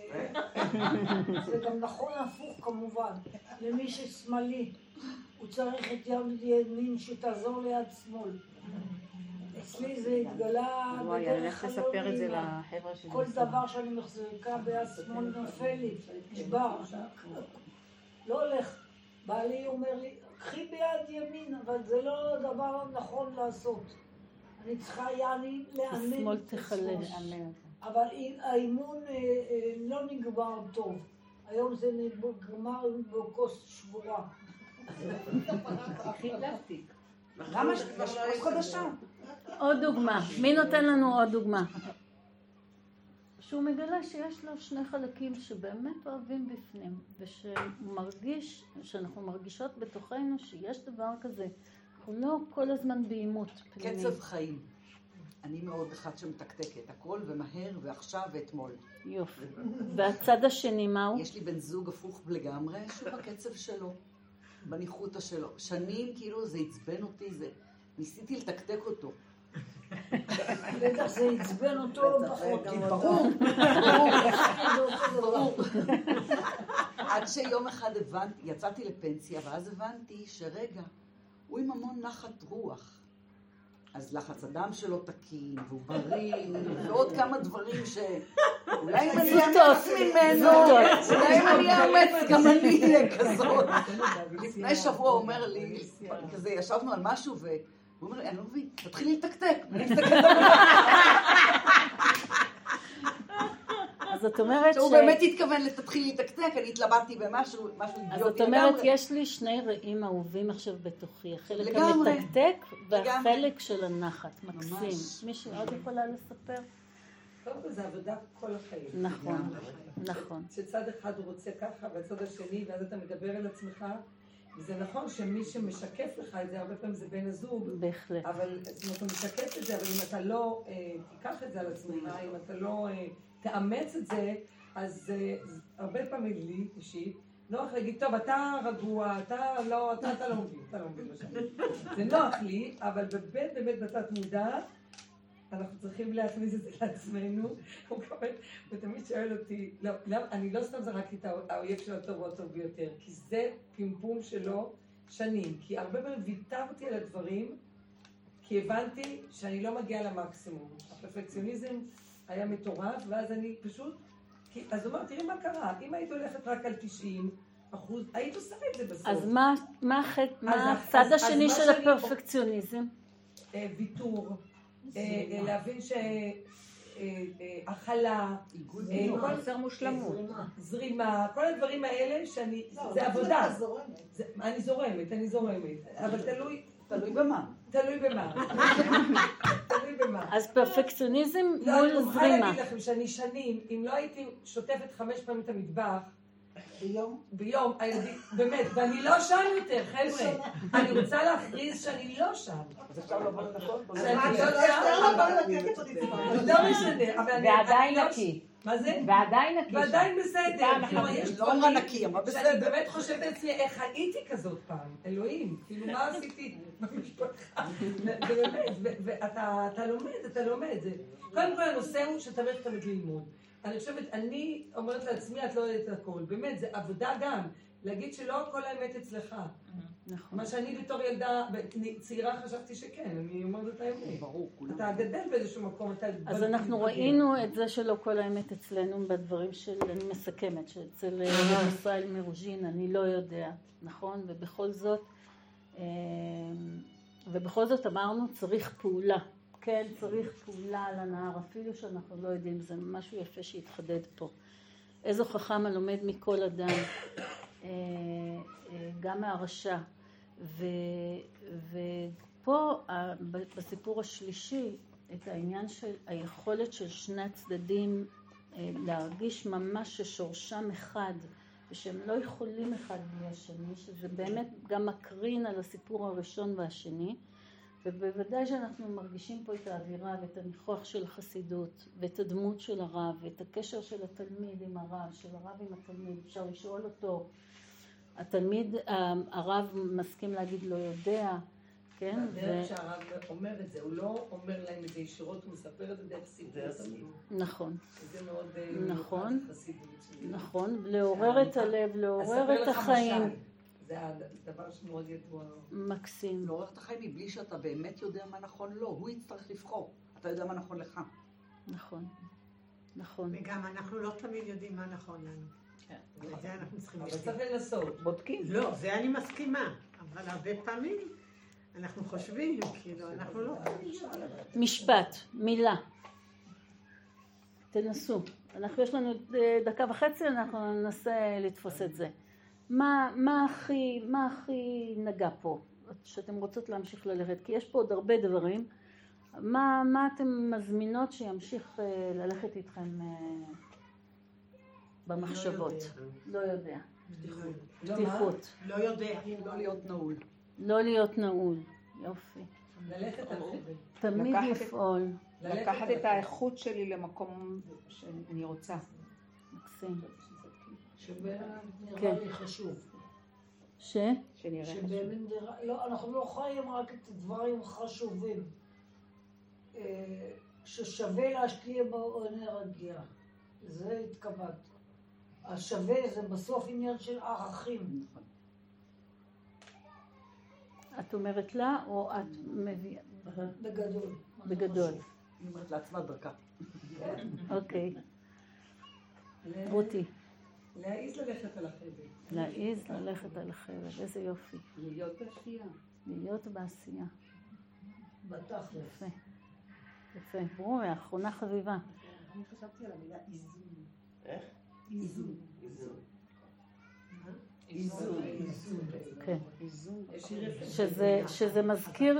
זה גם נכון הפוך כמובן. למי ששמאלי, הוא צריך את יד ימין שתעזור ליד שמאל. אצלי זה התגלה בדרך הלא נעימה. כל דבר שאני מחזיקה ביד שמאל נופל לי, נשבר. לא הולך. בעלי אומר לי, קחי ביד ימין, אבל זה לא דבר נכון לעשות. אני צריכה יעני לאמן. השמאל תחלש. אבל האימון לא נגמר טוב. היום זה נגמר בכוס שבורה. חילפתי. למה? יש כוס חדשה. עוד דוגמה. מי נותן לנו עוד דוגמה? שהוא מגלה שיש לו שני חלקים שבאמת אוהבים בפנים, ושמרגיש, שאנחנו מרגישות בתוכנו שיש דבר כזה. אנחנו לא כל הזמן באימות פנימי. קצב חיים. אני מאוד אחד שמתקתקת, הכל ומהר ועכשיו ואתמול. יופי. והצד השני מהו? יש לי בן זוג הפוך לגמרי, שהוא בקצב שלו, בניחותא שלו. שנים כאילו זה עצבן אותי, זה... ניסיתי לתקתק אותו. בטח זה עצבן אותו פחות. ברור, ברור. עד שיום אחד הבנתי, יצאתי לפנסיה, ואז הבנתי שרגע, הוא עם המון נחת רוח. אז לחץ הדם שלו תקין, והוא בריא, ועוד כמה דברים שאולי אם אני אאמץ ממנו, אולי אם אני אאמץ גם אני אהיה כזאת. לפני שבוע הוא אומר לי, כזה ישבנו על משהו, והוא אומר לי, אני לא מבין, תתחילי לתקתק. אז זאת אומרת שהוא באמת התכוון לתתחיל לתקתק, אני התלבטתי במשהו, משהו אידיוטי לגמרי. אז זאת אומרת, יש לי שני רעים אהובים עכשיו בתוכי, החלק המתקתק והחלק של הנחת, מקסים. מישהו עוד יכולה לספר? קודם כל זה עבודה כל החיים. נכון, נכון. שצד אחד הוא רוצה ככה, והצד השני, ואז אתה מדבר על עצמך, וזה נכון שמי שמשקף לך את זה, הרבה פעמים זה בן הזוג. בהחלט. אבל זאת אומרת, הוא משקף את זה, אבל אם אתה לא תיקח את זה על עצמך, אם אתה לא... תאמץ את זה, אז הרבה פעמים לי, אישית, נוח להגיד, טוב, אתה רגוע, אתה לא, אתה, אתה לא מבין, אתה לא מבין בשביל. זה נוח לי, אבל באמת, באמת בתת מודע, אנחנו צריכים להכניס את זה לעצמנו. הוא תמיד שואל אותי, לא, אני לא סתם זרקתי את האויב של הטוב או הטוב ביותר, כי זה פמפום שלו שנים, כי הרבה פעמים ויתרתי על הדברים, כי הבנתי שאני לא מגיעה למקסימום. הפרפקציוניזם היה מטורף, ואז אני פשוט... אז הוא אומר, תראי מה קרה, אם היית הולכת רק על תשעים אחוז, היית עושה את זה בסוף. אז מה הצד השני של הפרפקציוניזם? ויתור, להבין ש... הכלה, חסר מושלמות. זרימה, כל הדברים האלה שאני, זה עבודה. אני זורמת, אני זורמת, אבל תלוי, תלוי במה. תלוי במה. תלוי במה. אז פרפקציוניזם מול זרימה. אני מוכרחה להגיד לכם שאני שנים, אם לא הייתי שוטפת חמש פעמים את המטבח, ביום? ביום, באמת, ואני לא שם יותר, חבר'ה. אני רוצה להכריז שאני לא שם. אז עכשיו לא בא לנקות? שאני לא שם, לא משנה, אבל אני... ועדיין נקי. מה זה? ועדיין נקי. ועדיין בסדר. לא אמרה נקי, אמרה בסדר. שאני באמת חושבת לעצמי, איך הייתי כזאת פעם? אלוהים, כאילו מה עשיתי במשפחה? באמת, ואתה לומד, אתה לומד. קודם כל הנושא הוא שאתה באמת תמיד ללמוד. אני חושבת, אני אומרת לעצמי, את לא יודעת את הכל. באמת, זה עבודה גם. להגיד שלא כל האמת אצלך. נכון. מה שאני בתור ילדה צעירה חשבתי שכן, אני אומרת את האמת. ברור, כולם. אתה גדל באיזשהו מקום, אתה... אז אנחנו ראינו את זה שלא כל האמת אצלנו בדברים של, אני מסכמת, שאצל ישראל מרוז'ין, אני לא יודע, נכון? ובכל זאת, ובכל זאת אמרנו, צריך פעולה. כן, צריך פעולה על הנהר, אפילו שאנחנו לא יודעים, זה משהו יפה שהתחדד פה. איזו חכם הלומד מכל אדם, גם מהרשע. ופה, בסיפור השלישי, את העניין של היכולת של שני הצדדים להרגיש ממש ששורשם אחד, ושהם לא יכולים אחד בלי השני, שזה באמת גם מקרין על הסיפור הראשון והשני, ובוודאי שאנחנו מרגישים פה את האווירה ואת הניחוח של החסידות ואת הדמות של הרב ואת הקשר של התלמיד עם הרב, של הרב עם התלמיד. אפשר לשאול אותו, התלמיד, הרב מסכים להגיד לא יודע, כן? הדרך שהרב אומר את זה, הוא לא אומר להם את זה ישירות, הוא מספר את זה דרך סיפור. נכון. זה מאוד נכון, חסידות. נכון, לעורר את הלב, לעורר את החיים. זה הדבר שמאוד ידוע. מקסים. לעורר את החיים מבלי שאתה באמת יודע מה נכון לו, הוא יצטרך לבחור. אתה יודע מה נכון לך. נכון, נכון. וגם אנחנו לא תמיד יודעים מה נכון לנו. את זה אנחנו צריכים אבל צריך לנסות. בודקים. לא, זה אני מסכימה. אבל הרבה פעמים אנחנו חושבים, כאילו, אנחנו לא... משפט, מילה. תנסו. אנחנו, יש לנו דקה וחצי, אנחנו ננסה לתפוס את זה. מה, מה הכי, מה הכי נגע פה, שאתם רוצות להמשיך ללכת? כי יש פה עוד הרבה דברים. מה, מה אתם מזמינות שימשיך ללכת איתכם במחשבות? לא יודע. פתיחות. לא יודע. לא להיות נעול. לא להיות נעול. יופי. ללכת על חבל. תמיד לפעול. לקחת את האיכות שלי למקום שאני רוצה. מקסים. שנראה לי חשוב. ש? שבאמת נראה, לא, אנחנו לא חיים רק את הדברים החשובים. ששווה להשקיע בו אנרגיה. זה התכוונת. השווה זה בסוף עניין של ערכים. את אומרת לה או את מביאה? בגדול. בגדול. היא אומרת לעצמה דרכה. אוקיי. רותי. להעיז ללכת על החבל. להעיז ללכת על החבל, איזה יופי. להיות בעשייה. להיות בעשייה. בתכלס. יפה. יפה. ברור, האחרונה חביבה. אני חשבתי על המילה איזון. איך? איזון. איזון. איזון. כן. איזון. שזה, שזה מזכיר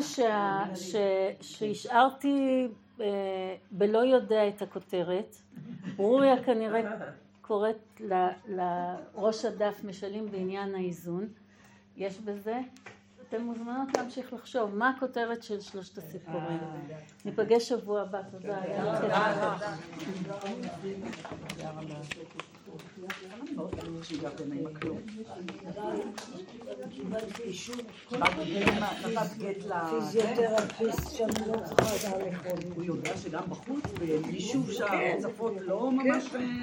שהשארתי בלא יודע את הכותרת. ברוריה כנראה קוראת לראש הדף משלים בעניין האיזון. יש בזה. אתם מוזמנות להמשיך לחשוב מה הכותרת של שלושת הסיפורים. ניפגש שבוע הבא. תודה. אני מאוד חושבת שהגעתם עם הכלום. קיבלתי אישור. נתת גט ל... פיזיותרפיסט שאני לא צריכה לדעת. הוא יודע שגם בחוץ, ביישוב שהצפות לא ממש...